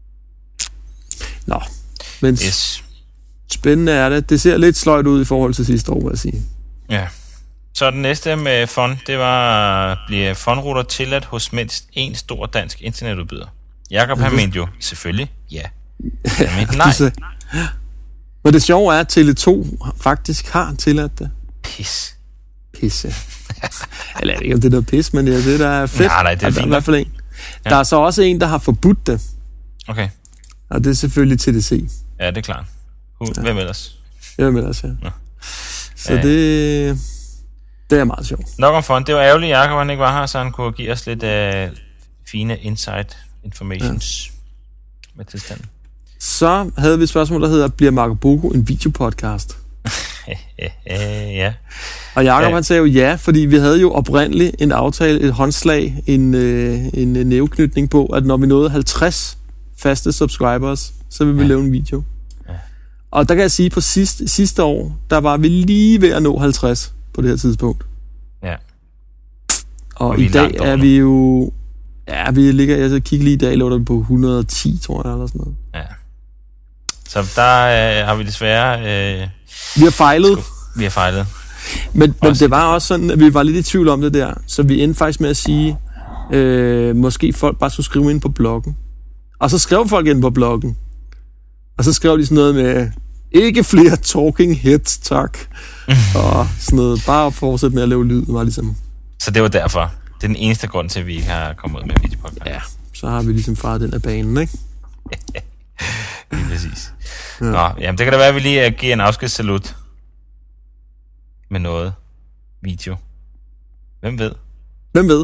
Nå, men yes. Spændende er det. Det ser lidt sløjt ud i forhold til sidste år, vil jeg sige. Ja. Så den næste med Fun, det var, bliver Fun-router tilladt hos mindst en stor dansk internetudbyder. Jakob, han mente jo selvfølgelig ja. Han mente nej. Men det sjove er, at Tele to faktisk har tilladt det. Pis. Pis, ja. Eller jeg ved ikke, om det er noget pis, men det er det, der er fedt. Nej, nej, det er fint. I hvert fald en. Ja. Der er så også en, der har forbudt det. Okay. Og det er selvfølgelig T D C. Ja, det er klart. Ja. Hvem ellers? Hvem ellers, ja. Nå. Så ja. det, det er meget sjovt. Nok om Fun. Det var ærgerligt, Jacob, han ikke var her, så han kunne give os lidt uh, fine insight informations ja. med tilstanden. Så havde vi et spørgsmål, der hedder, bliver Marco Boko en videopodcast? Ja. Og Jacob ja. han sagde jo ja, fordi vi havde jo oprindeligt en aftale, et håndslag, en, øh, en næveknytning på, at når vi nåede halvtreds faste subscribers, så ville vi ja. lave en video. Ja. Og der kan jeg sige, på sidste, sidste år, der var vi lige ved at nå halvtreds på det her tidspunkt. Ja. Og, og i dag er vi jo... Ja, vi ligger... Jeg så kigger lige i dag, lå der på et hundrede og ti, tror jeg, eller sådan noget. Ja. Så der øh, har vi desværre... Øh, vi har fejlet. Sku, vi har fejlet. Men, men det var også sådan, at vi var lidt i tvivl om det der. Så vi endte faktisk med at sige, øh, måske folk bare skulle skrive ind på bloggen. Og så skrev folk ind på bloggen. Og så skrev de sådan noget med, ikke flere talking heads, tak. Og sådan noget. Bare fortsætte med at lave lyd. Var ligesom. Så det var derfor. Det er den eneste grund til, at vi ikke har kommet ud med videopodcast. Ja, så har vi ligesom faret den af banen, ikke? Lige præcis. Ja. Nå, jamen det kan da være, at vi lige giver en afskedssalut med noget video. Hvem ved? Hvem ved?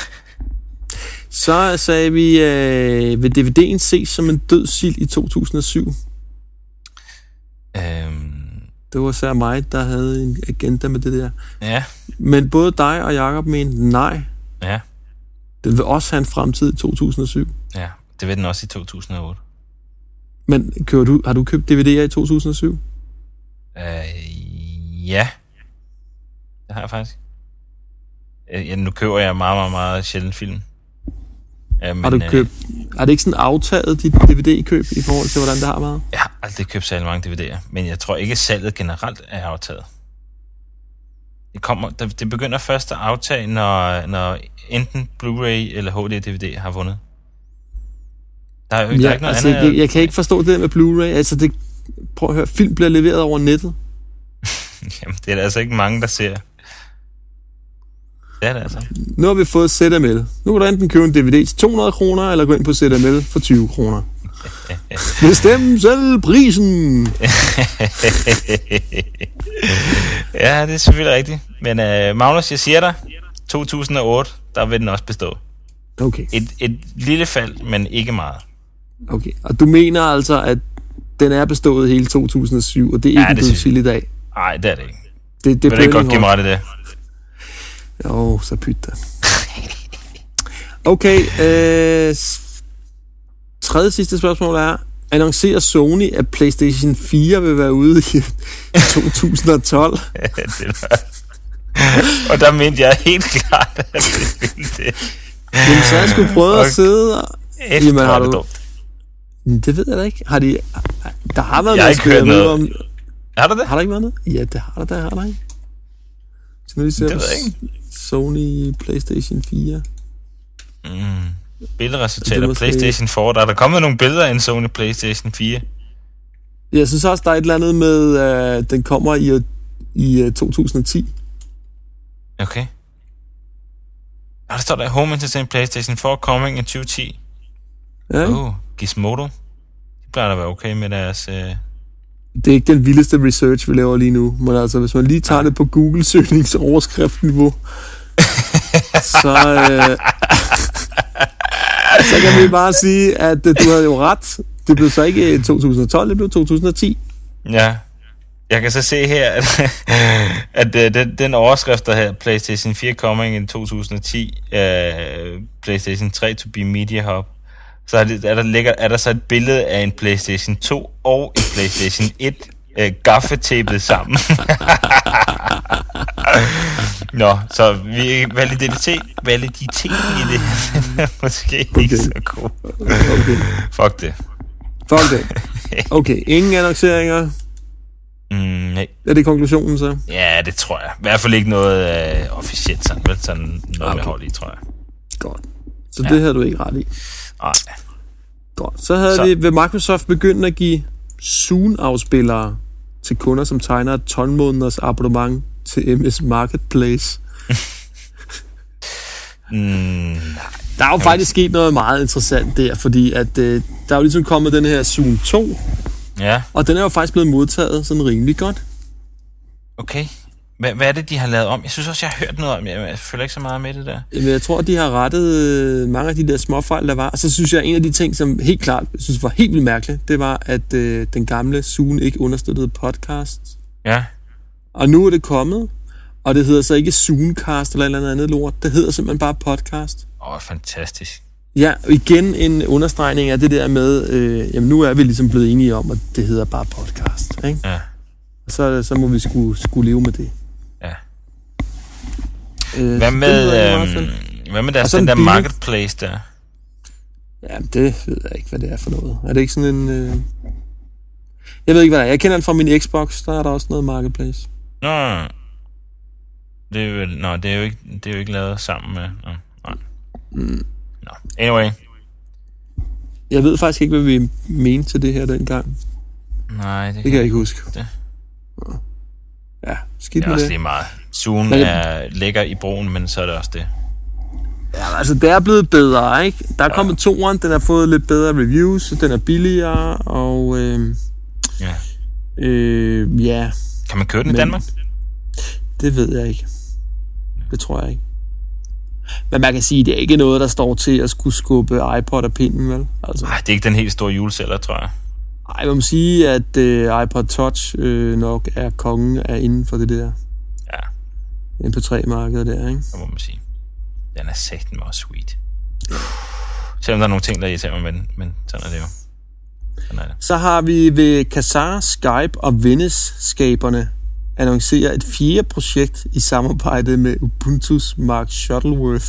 Så sagde vi, øh, vil D V D'en ses som en død sild i to tusind og syv? Øhm... Det var så mig, der havde en agenda med det der. Ja. Men både dig og Jacob mente nej. Ja. Den vil også have en fremtid i to tusind og syv. Ja, det vil den også i to tusind og otte. Men kører du, har du købt D V D'er i to tusind og syv? Øh, ja. Det har jeg faktisk. Ja, nu køber jeg meget, meget, meget sjældent film. Ja, men, har du købt... Øh, er det ikke sådan aftaget dit D V D-køb i forhold til, hvordan det har været? Jeg har aldrig købt særlig mange D V D'er, men jeg tror ikke, at salget generelt er aftaget. Det, kommer, det begynder først at aftage, når, når enten Blu-ray eller H D D V D har vundet. Der er jo ja, der er ikke noget altså, andet. Jeg, jeg kan ikke forstå det der med Blu-ray. Altså, det, prøv at høre, film bliver leveret over nettet. Jamen, det er der altså ikke mange, der ser. Det er det altså. Nu har vi fået Z M L. Nu kan du enten købe en D V D til to hundrede kroner, eller gå ind på Z M L for tyve kroner. Bestem selv prisen! Ja, det er selvfølgelig rigtigt. Men uh, Magnus, jeg siger dig, to tusind og otte, der vil den også bestå. Okay. Et, et lille fald, men ikke meget. Okay, og du mener altså, at den er bestået hele to tusind og syv, og det er ikke ja, en dødsild i dag? Nej, det er det ikke. Det, det vil du ikke godt give mig ret i det? Jo, så pyt da. Okay, øh, tredje sidste spørgsmål er, annoncerer Sony, at PlayStation fire vil være ude i to tusind og tolv? Ja, det var... Og der mente jeg helt klart, at det ville det. Jamen, så jeg skulle prøve okay. at sidde og... Efter Jamen, har du... Det, det ved jeg da ikke. Har de... Der har været jeg noget, har ikke hørt noget. Om... Har du det? Har der ikke været noget? Ja, det har der, der har der ikke. Så nu vi ser det ved jeg ikke. Sony PlayStation fire. Mm. Billedresultater måske... PlayStation fire. Der er der kommet nogle billeder af en Sony PlayStation fire. Jeg synes også, der er et eller andet med, uh, den kommer i, i uh, to tusind og ti. Okay. Og der står der Home Entertainment PlayStation fire coming i tyve ti. Ja. Oh, Gizmodo. De plejer at være okay med deres... Uh... Det er ikke den vildeste research, vi laver lige nu. Men altså, hvis man lige tager det på Google-søgningsoverskriftniveau, så, øh, så kan vi bare sige, at du havde jo ret. Det blev så ikke to tusind og tolv, det blev to tusind og ti. Ja. Jeg kan så se her, at, at, at den, den overskrift, der her, PlayStation fire coming in to tusind og ti, uh, PlayStation tre to be Media Hub, så er, det, er, der ligger, er der så et billede af en PlayStation to og en PlayStation et uh, gaffetapet sammen. Nå, så vi validitet, validitet i det måske okay. Ikke så god. Okay. Fuck det. Fuck det. Okay, ingen annonceringer. Mm, nej. Er det konklusionen så? Ja, det tror jeg. I hvert fald ikke noget øh, officielt sådan, vel? Sådan noget okay. Med hold i, tror jeg. Godt. Så ja. Det havde du ikke ret i? Nej. Godt. Så havde så. vi ved Microsoft begyndt at give Zoom-afspillere til kunder, som tegner et tolv måneders abonnement til M S Marketplace. mm, der er jo faktisk sket noget meget interessant der, fordi at, øh, der er jo ligesom kommet den her Zoom to, ja. Og den er jo faktisk blevet modtaget sådan rimelig godt. Okay. Hvad, hvad er det, de har lavet om? Jeg synes også, jeg har hørt noget om, jeg følger ikke så meget med det der. Jeg tror, de har rettet mange af de der småfejl, der var. Og så synes jeg, en af de ting, som helt klart jeg synes var helt vildt mærkeligt, det var, at øh, den gamle Zune ikke understøttede podcast. Ja. Og nu er det kommet, og det hedder så ikke Zonecast eller et eller andet lort. Det hedder simpelthen bare podcast. Åh, oh, fantastisk. Ja, og igen en understregning af det der med, øh, jamen nu er vi ligesom blevet enige om, at det hedder bare podcast, ikke? Ja. Og så, så må vi skulle, skulle leve med det. Ja. Øh, hvad med, øh, hvad med deres, den der marketplace der? Ja, det ved jeg ikke, hvad det er for noget. Er det ikke sådan en... Øh... Jeg ved ikke, hvad det er. Jeg kender den fra min Xbox, der er der også noget marketplace. Nå, det er jo, nå, det er jo ikke, det er jo ikke lavet sammen med... Nå, nej. Mm. Nå, anyway. Jeg ved faktisk ikke, hvad vi mente til det her dengang. Nej, det, det kan jeg ikke huske. Det. Ja, skidt med det. Det er også lige meget. Zune men, er lækker i broen, men så er det også det. Ja, altså det er blevet bedre, ikke? Der er ja. kommet toeren, den har fået lidt bedre reviews, den er billigere, og øh, ja. Øh, ja. Kan man købe den men, i Danmark? Det ved jeg ikke. Det tror jeg ikke. Men man kan sige, det er ikke noget, der står til at skulle skubbe iPod af pinden, vel? Altså. Nej, det er ikke den helt store julesælger, tror jeg. Ej, man må sige, at øh, iPod Touch øh, nok er kongen af inden for det der. Ja. M P tre-markedet der, ikke? Det må man sige. Den er satme også sweet. Ja. Selvom der er nogle ting, der irriterer mig med den, men sådan er det jo. Sådan er det. Så har vi ved Kazaa, Skype og Venice-skaberne annoncerer et fjerde projekt i samarbejde med Ubuntu's Mark Shuttleworth.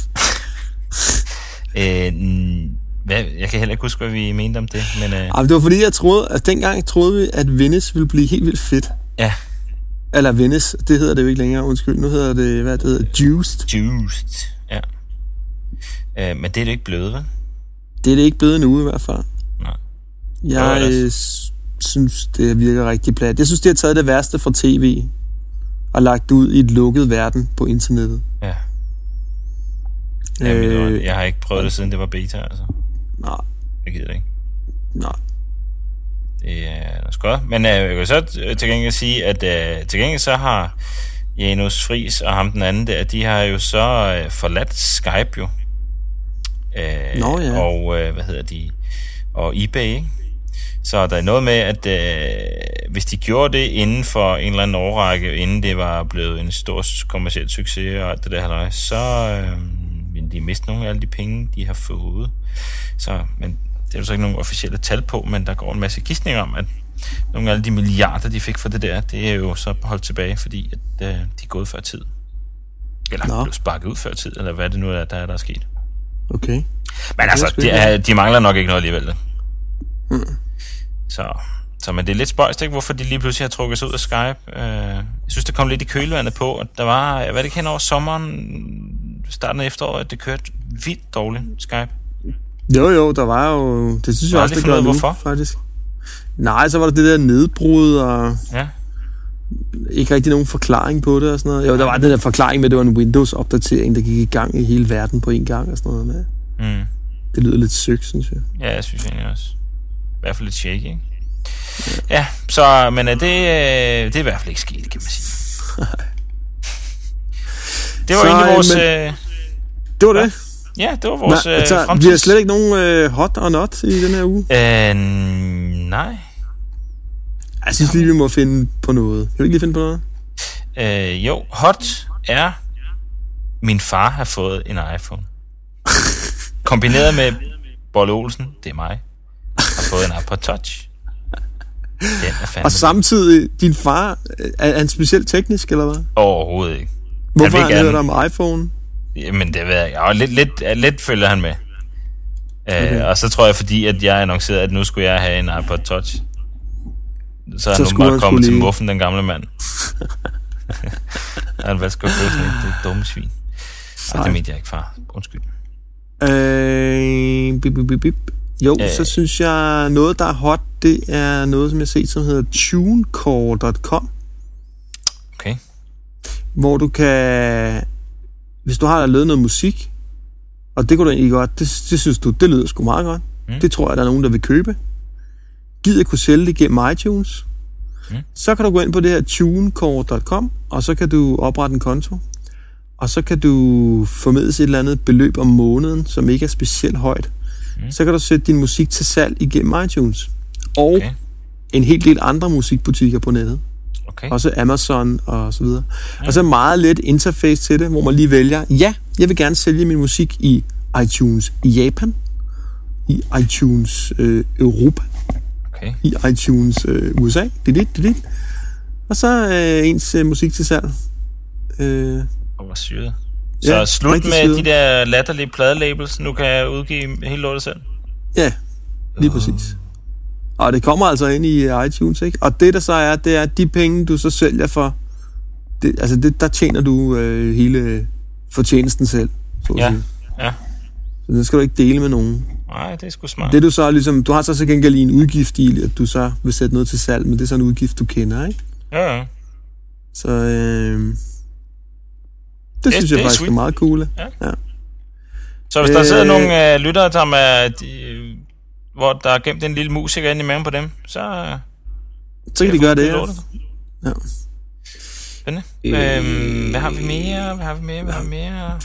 øh, hvad? Jeg kan heller ikke huske, hvad vi mente om det. Men, øh... Jamen, det var fordi, jeg troede, at dengang troede vi, at Venice ville blive helt vildt fedt. Ja. Eller Venice, det hedder det jo ikke længere, undskyld. Nu hedder det, hvad det hedder, Juiced. Juiced, ja. Øh, men det er det ikke blevet, vel? Det er det ikke blevet nu i hvert fald. Nej. Jeg øh, synes, det virker rigtig plat. Jeg synes, det har taget det værste fra tv og lagt det ud i et lukket verden på internettet. Ja. Jamen, øh, jeg har ikke prøvet det, siden det var beta, altså. Nej. Jeg gider det ikke. Nej. Det er noget skørt. Men øh, jeg kan så til gengæld sige, at øh, til gengæld så har Janus Friis og ham den anden der, de har jo så øh, forladt Skype jo. Øh, Nå, ja. Og øh, hvad hedder de? Og eBay, ikke? Så der er noget med, at øh, hvis de gjorde det inden for en eller anden årrække, inden det var blevet en stor kommerciel succes og alt det der halløj, så øh, ville de miste nogle af alle de penge, de har fået. Så, men det er jo så ikke nogen officielle tal på, men der går en masse gidsninger om, at nogle af alle de milliarder, de fik for det der, det er jo så holdt tilbage, fordi at, øh, de er gået før tid. Eller Nå. blev sparket ud før tid, eller hvad det nu er, der er, der er sket. Okay. Men altså, de, er, de mangler nok ikke noget alligevel. Mm. Så, så men det er lidt spøjst, ikke? Hvorfor de lige pludselig har trukket sig ud af Skype. Uh, jeg synes, det kom lidt i kølvandet på, at der var, jeg ved ikke, hen over sommeren, starten af efteråret, at det kørte vildt dårligt, Skype. Jo, jo, der var jo, det synes jeg også, det gør nu, hvorfor? Faktisk. Nej, så var der det der nedbrud, og ja. ikke rigtig nogen forklaring på det og sådan noget. Jo, der var den der forklaring med, at det var en Windows-opdatering, der gik i gang i hele verden på en gang og sådan noget med. Mm. Det lyder lidt sygt, synes jeg. Ja, jeg synes egentlig også. I hvert fald lidt shaky, ikke? Ja, ja så, men det, det er i hvert fald ikke sket, kan man sige. Det var så, egentlig vores... Men, øh, det var det? Ja, det var vores Nå, altså, øh, fremtids... Vi har slet ikke nogen øh, hot og not i den her uge? Øh, nej. Jeg synes lige, vi må finde på noget. Kan vi ikke lige finde på noget? Øh, jo, hot er... Min far har fået en iPhone. Kombineret med Bolle Olsen, det er mig, har fået en iPod Touch. Den er fandme. Og samtidig, din far, er han specielt teknisk, eller hvad? Overhovedet ikke. Hvorfor har han hørt om iPhone? Jamen, det ved jeg ikke. Lidt, lidt, lidt følger han med. Okay. Uh, og så tror jeg, fordi at jeg annoncerede, at nu skulle jeg have en iPod Touch. Så er han nu bare kommet til muffen, den gamle mand. Han valgte sgu at købe sådan et, det er dumme svin. Og det mente jeg ikke, far. Undskyld. Øh, bip, bip, bip. Jo, øh. så synes jeg, noget, der er hot, det er noget, som jeg har set, som hedder tunecore punktum com. Okay. Hvor du kan, hvis du har lavet noget musik, og det kunne du egentlig godt, det, det synes du, det lyder sgu meget godt. Mm. Det tror jeg, der er nogen, der vil købe. Gider kunne sælge det gennem iTunes. Mm. Så kan du gå ind på det her tunecore punktum com, og så kan du oprette en konto. Og så kan du formidles et eller andet beløb om måneden, som ikke er specielt højt. Mm. Så kan du sætte din musik til salg igennem iTunes. Og okay. en hel del andre musikbutikker på nettet. Okay. Også Amazon og så videre. Ja. Og så meget let interface til det, hvor man lige vælger, ja, jeg vil gerne sælge min musik i iTunes i Japan, i iTunes øh, Europa, okay. i iTunes øh, U S A, det det, det det. Og så øh, ens øh, musik til salg. Øh, Og hvor syret. Så ja, slut med syret. De der latterlige pladelabels, nu kan jeg udgive hele lortet selv. Ja, lige præcis. Og det kommer altså ind i iTunes, ikke? Og det der så er, det er de penge, du så sælger for, det, altså det, der tjener du øh, hele fortjenesten selv. Så ja, ja. Så den skal du ikke dele med nogen. Nej, det er sgu smart. Det du så ligesom, du har så så gengæld en udgift i, at du så vil sætte noget til salg, men det er sådan en udgift, du kender, ikke? Ja, ja. Så øh, det, det synes det jeg er faktisk sweet. Er meget cool. Ja. Ja. Så hvis der øh, sidder nogle øh, lyttere, der er de, hvor der er gemt en lille musiker inde i maven på dem, så... Så kan de gøre det, ja. Ja. Spændende. Øh, øhm, hvad har vi mere? Hvad har vi mere? Hvad har vi mere?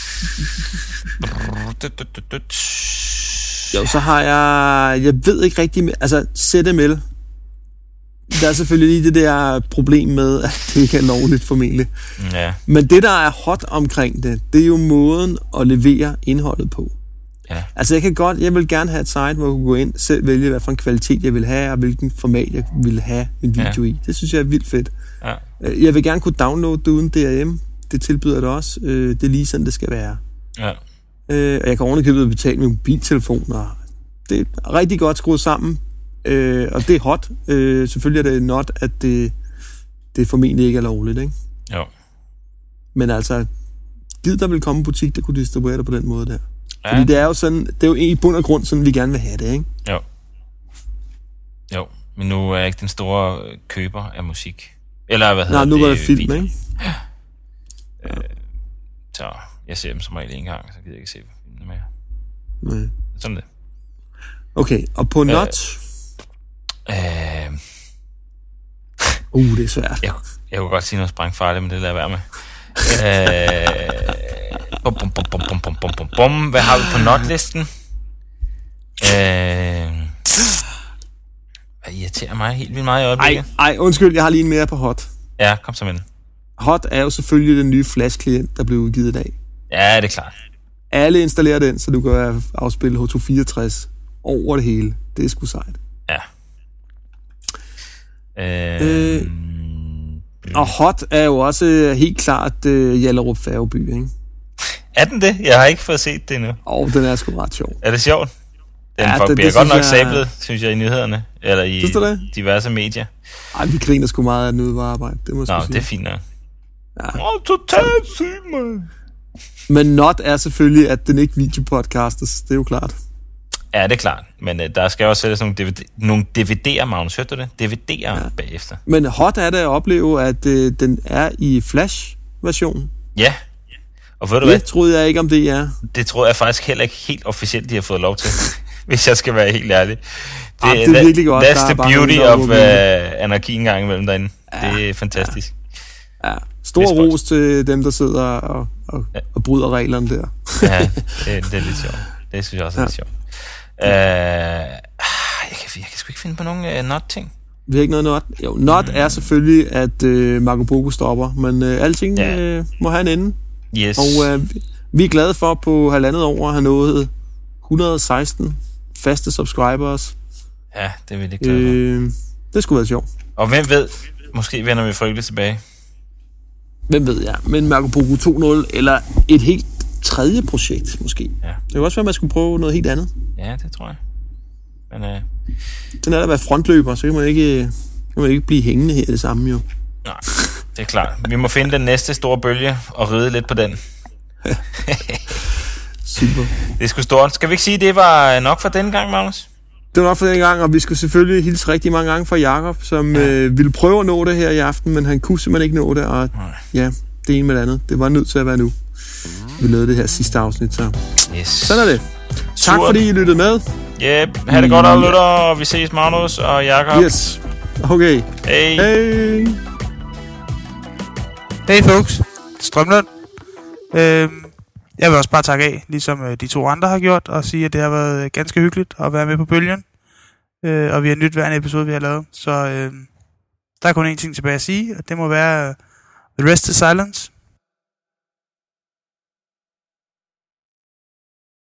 Jo, så har jeg... Jeg ved ikke rigtig... Altså, Z M L. Der er selvfølgelig lige det der problem med, at det ikke er lovligt formentlig. Ja. Men det, der er hot omkring det, det er jo måden at levere indholdet på. Ja. Altså, jeg kan godt... Jeg vil gerne have et site, hvor jeg kan gå ind, selv vælge, hvad for en kvalitet jeg vil have, og hvilken format jeg vil have en video ja. i. Det synes jeg er vildt fedt. Ja. Jeg vil gerne kunne downloade det uden D R M. Det tilbyder det også. Det er lige sådan, det skal være. Ja. Og jeg kan ovenikøbet betale med mobiltelefoner. Det er rigtig godt skruet sammen. Og det er hot. Selvfølgelig er det not, at det, det formentlig ikke er lovligt, ikke? Jo. Men altså, gid der vil komme en butik, der kunne distribuere det på den måde der. Ja. Fordi det er jo sådan, det er jo i bund og grund sådan, vi gerne vil have det, ikke? Jo. Jo, men nu er jeg ikke den store køber af musik. Eller hvad hedder Nej, det? Nu var det film, ikke? Ja. Øh, så jeg ser dem som regel en gang, så gider jeg ikke se filmene mere. Nej. Sådan det. Okay, og på øh, Not? Øh, uh, det er svært. Jeg, jeg kunne godt sige noget sprængfarligt, men det lader jeg være med. øh, bum, bum, bum, bum, bum, bum, bum, bum. Hvad har vi på Not-listen? Øh, hvad irriterer mig helt vildt meget i øjeblikket? Ej, ej, undskyld, jeg har lige en mere på Hot. Ja, kom så med den. Hot er jo selvfølgelig den nye Flash-klient, der blev udgivet i dag. Ja, det er klart. Alle installerer den, så du kan afspille H to fireogtres over det hele. Det er sgu sejt. Ja. Øh, øh, og Hot er jo også helt klart uh, Hjallerup Færgeby, ikke? Er den det? Jeg har ikke fået set det endnu. Åh, oh, den er sgu ret sjov. Er det sjovt? Den ja, det, bliver det, godt nok jeg... sablet, synes jeg, i nyhederne. Eller i diverse medier. Ej, vi griner sgu meget af den ude på arbejde. Det må Nå, det er fint nok. Ja. Åh, oh, totalt sygt, man. Men Not er selvfølgelig, at den ikke videopodcastes. Det er jo klart. Ja, det er klart. Men uh, der skal også sættes nogle, D V D, nogle D V D'er, Magnus. Hørte du det? D V D'er ja. bagefter. Men hot er det at opleve, at uh, den er i Flash-version. Ja. Og ved du det hvad? troede jeg ikke, om det er. Det troede jeg faktisk heller ikke helt officielt, de har fået lov til. Hvis jeg skal være helt ærlig. Det, ah, det er virkelig godt. That's the beauty of uh, anarki en gang imellem derinde. Ja. Det er fantastisk. Ja. Ja. Stor ros til dem, der sidder og, og, ja. og bryder reglerne der. Ja, det, det er lidt sjovt. Det synes jeg også er ja. lidt sjovt. Uh, jeg, kan, jeg kan sgu ikke finde på nogen uh, not-ting. Vi har ikke noget not. Jo, not mm. er selvfølgelig, at uh, Marco Polo stopper, men uh, alting ja. uh, må have en ende. Yes. Og uh, vi er glade for på halvandet år at have nået et hundrede og seksten faste subscribers. Ja, det er virkelig glad for. Uh, det skulle være sjovt. Og hvem ved, måske vender vi frygteligt tilbage. Hvem ved jeg, men Marco Polo to nul, eller et helt tredje projekt, måske. Ja. Det kan også være, at man skulle prøve noget helt andet. Ja, det tror jeg. Men, øh... den er der at være frontløber, så kan man ikke, kan man ikke blive hængende her det samme, jo. Nej, det er klart. Vi må finde den næste store bølge og ride lidt på den. Ja. Super. Det er sgu stort. Skal vi ikke sige, at det var nok for denne gang, Magnus? Det var nok for denne gang, og vi skulle selvfølgelig hilse rigtig mange gange fra Jakob, som ja. øh, ville prøve at nå det her i aften, men han kunne simpelthen ikke nå det, og Nej. ja, det ene med det andet. Det var nødt til at være nu. Vi lavede det her sidste afsnit, så yes. Sådan er det. Tak fordi I lyttede med. Yep, ha' det godt, alle lytter, og vi ses, Magnus og Jakob. Yes. Okay. Hey. Hey. Hey folks. Strømlund. Øhm, jeg vil også bare takke af, ligesom øh, de to andre har gjort, og sige, at det har været ganske hyggeligt at være med på bølgen. Øh, og vi har nyt hver en episode, vi har lavet. Så øh, der er kun én ting tilbage at sige, og det må være uh, The Rest is Silence.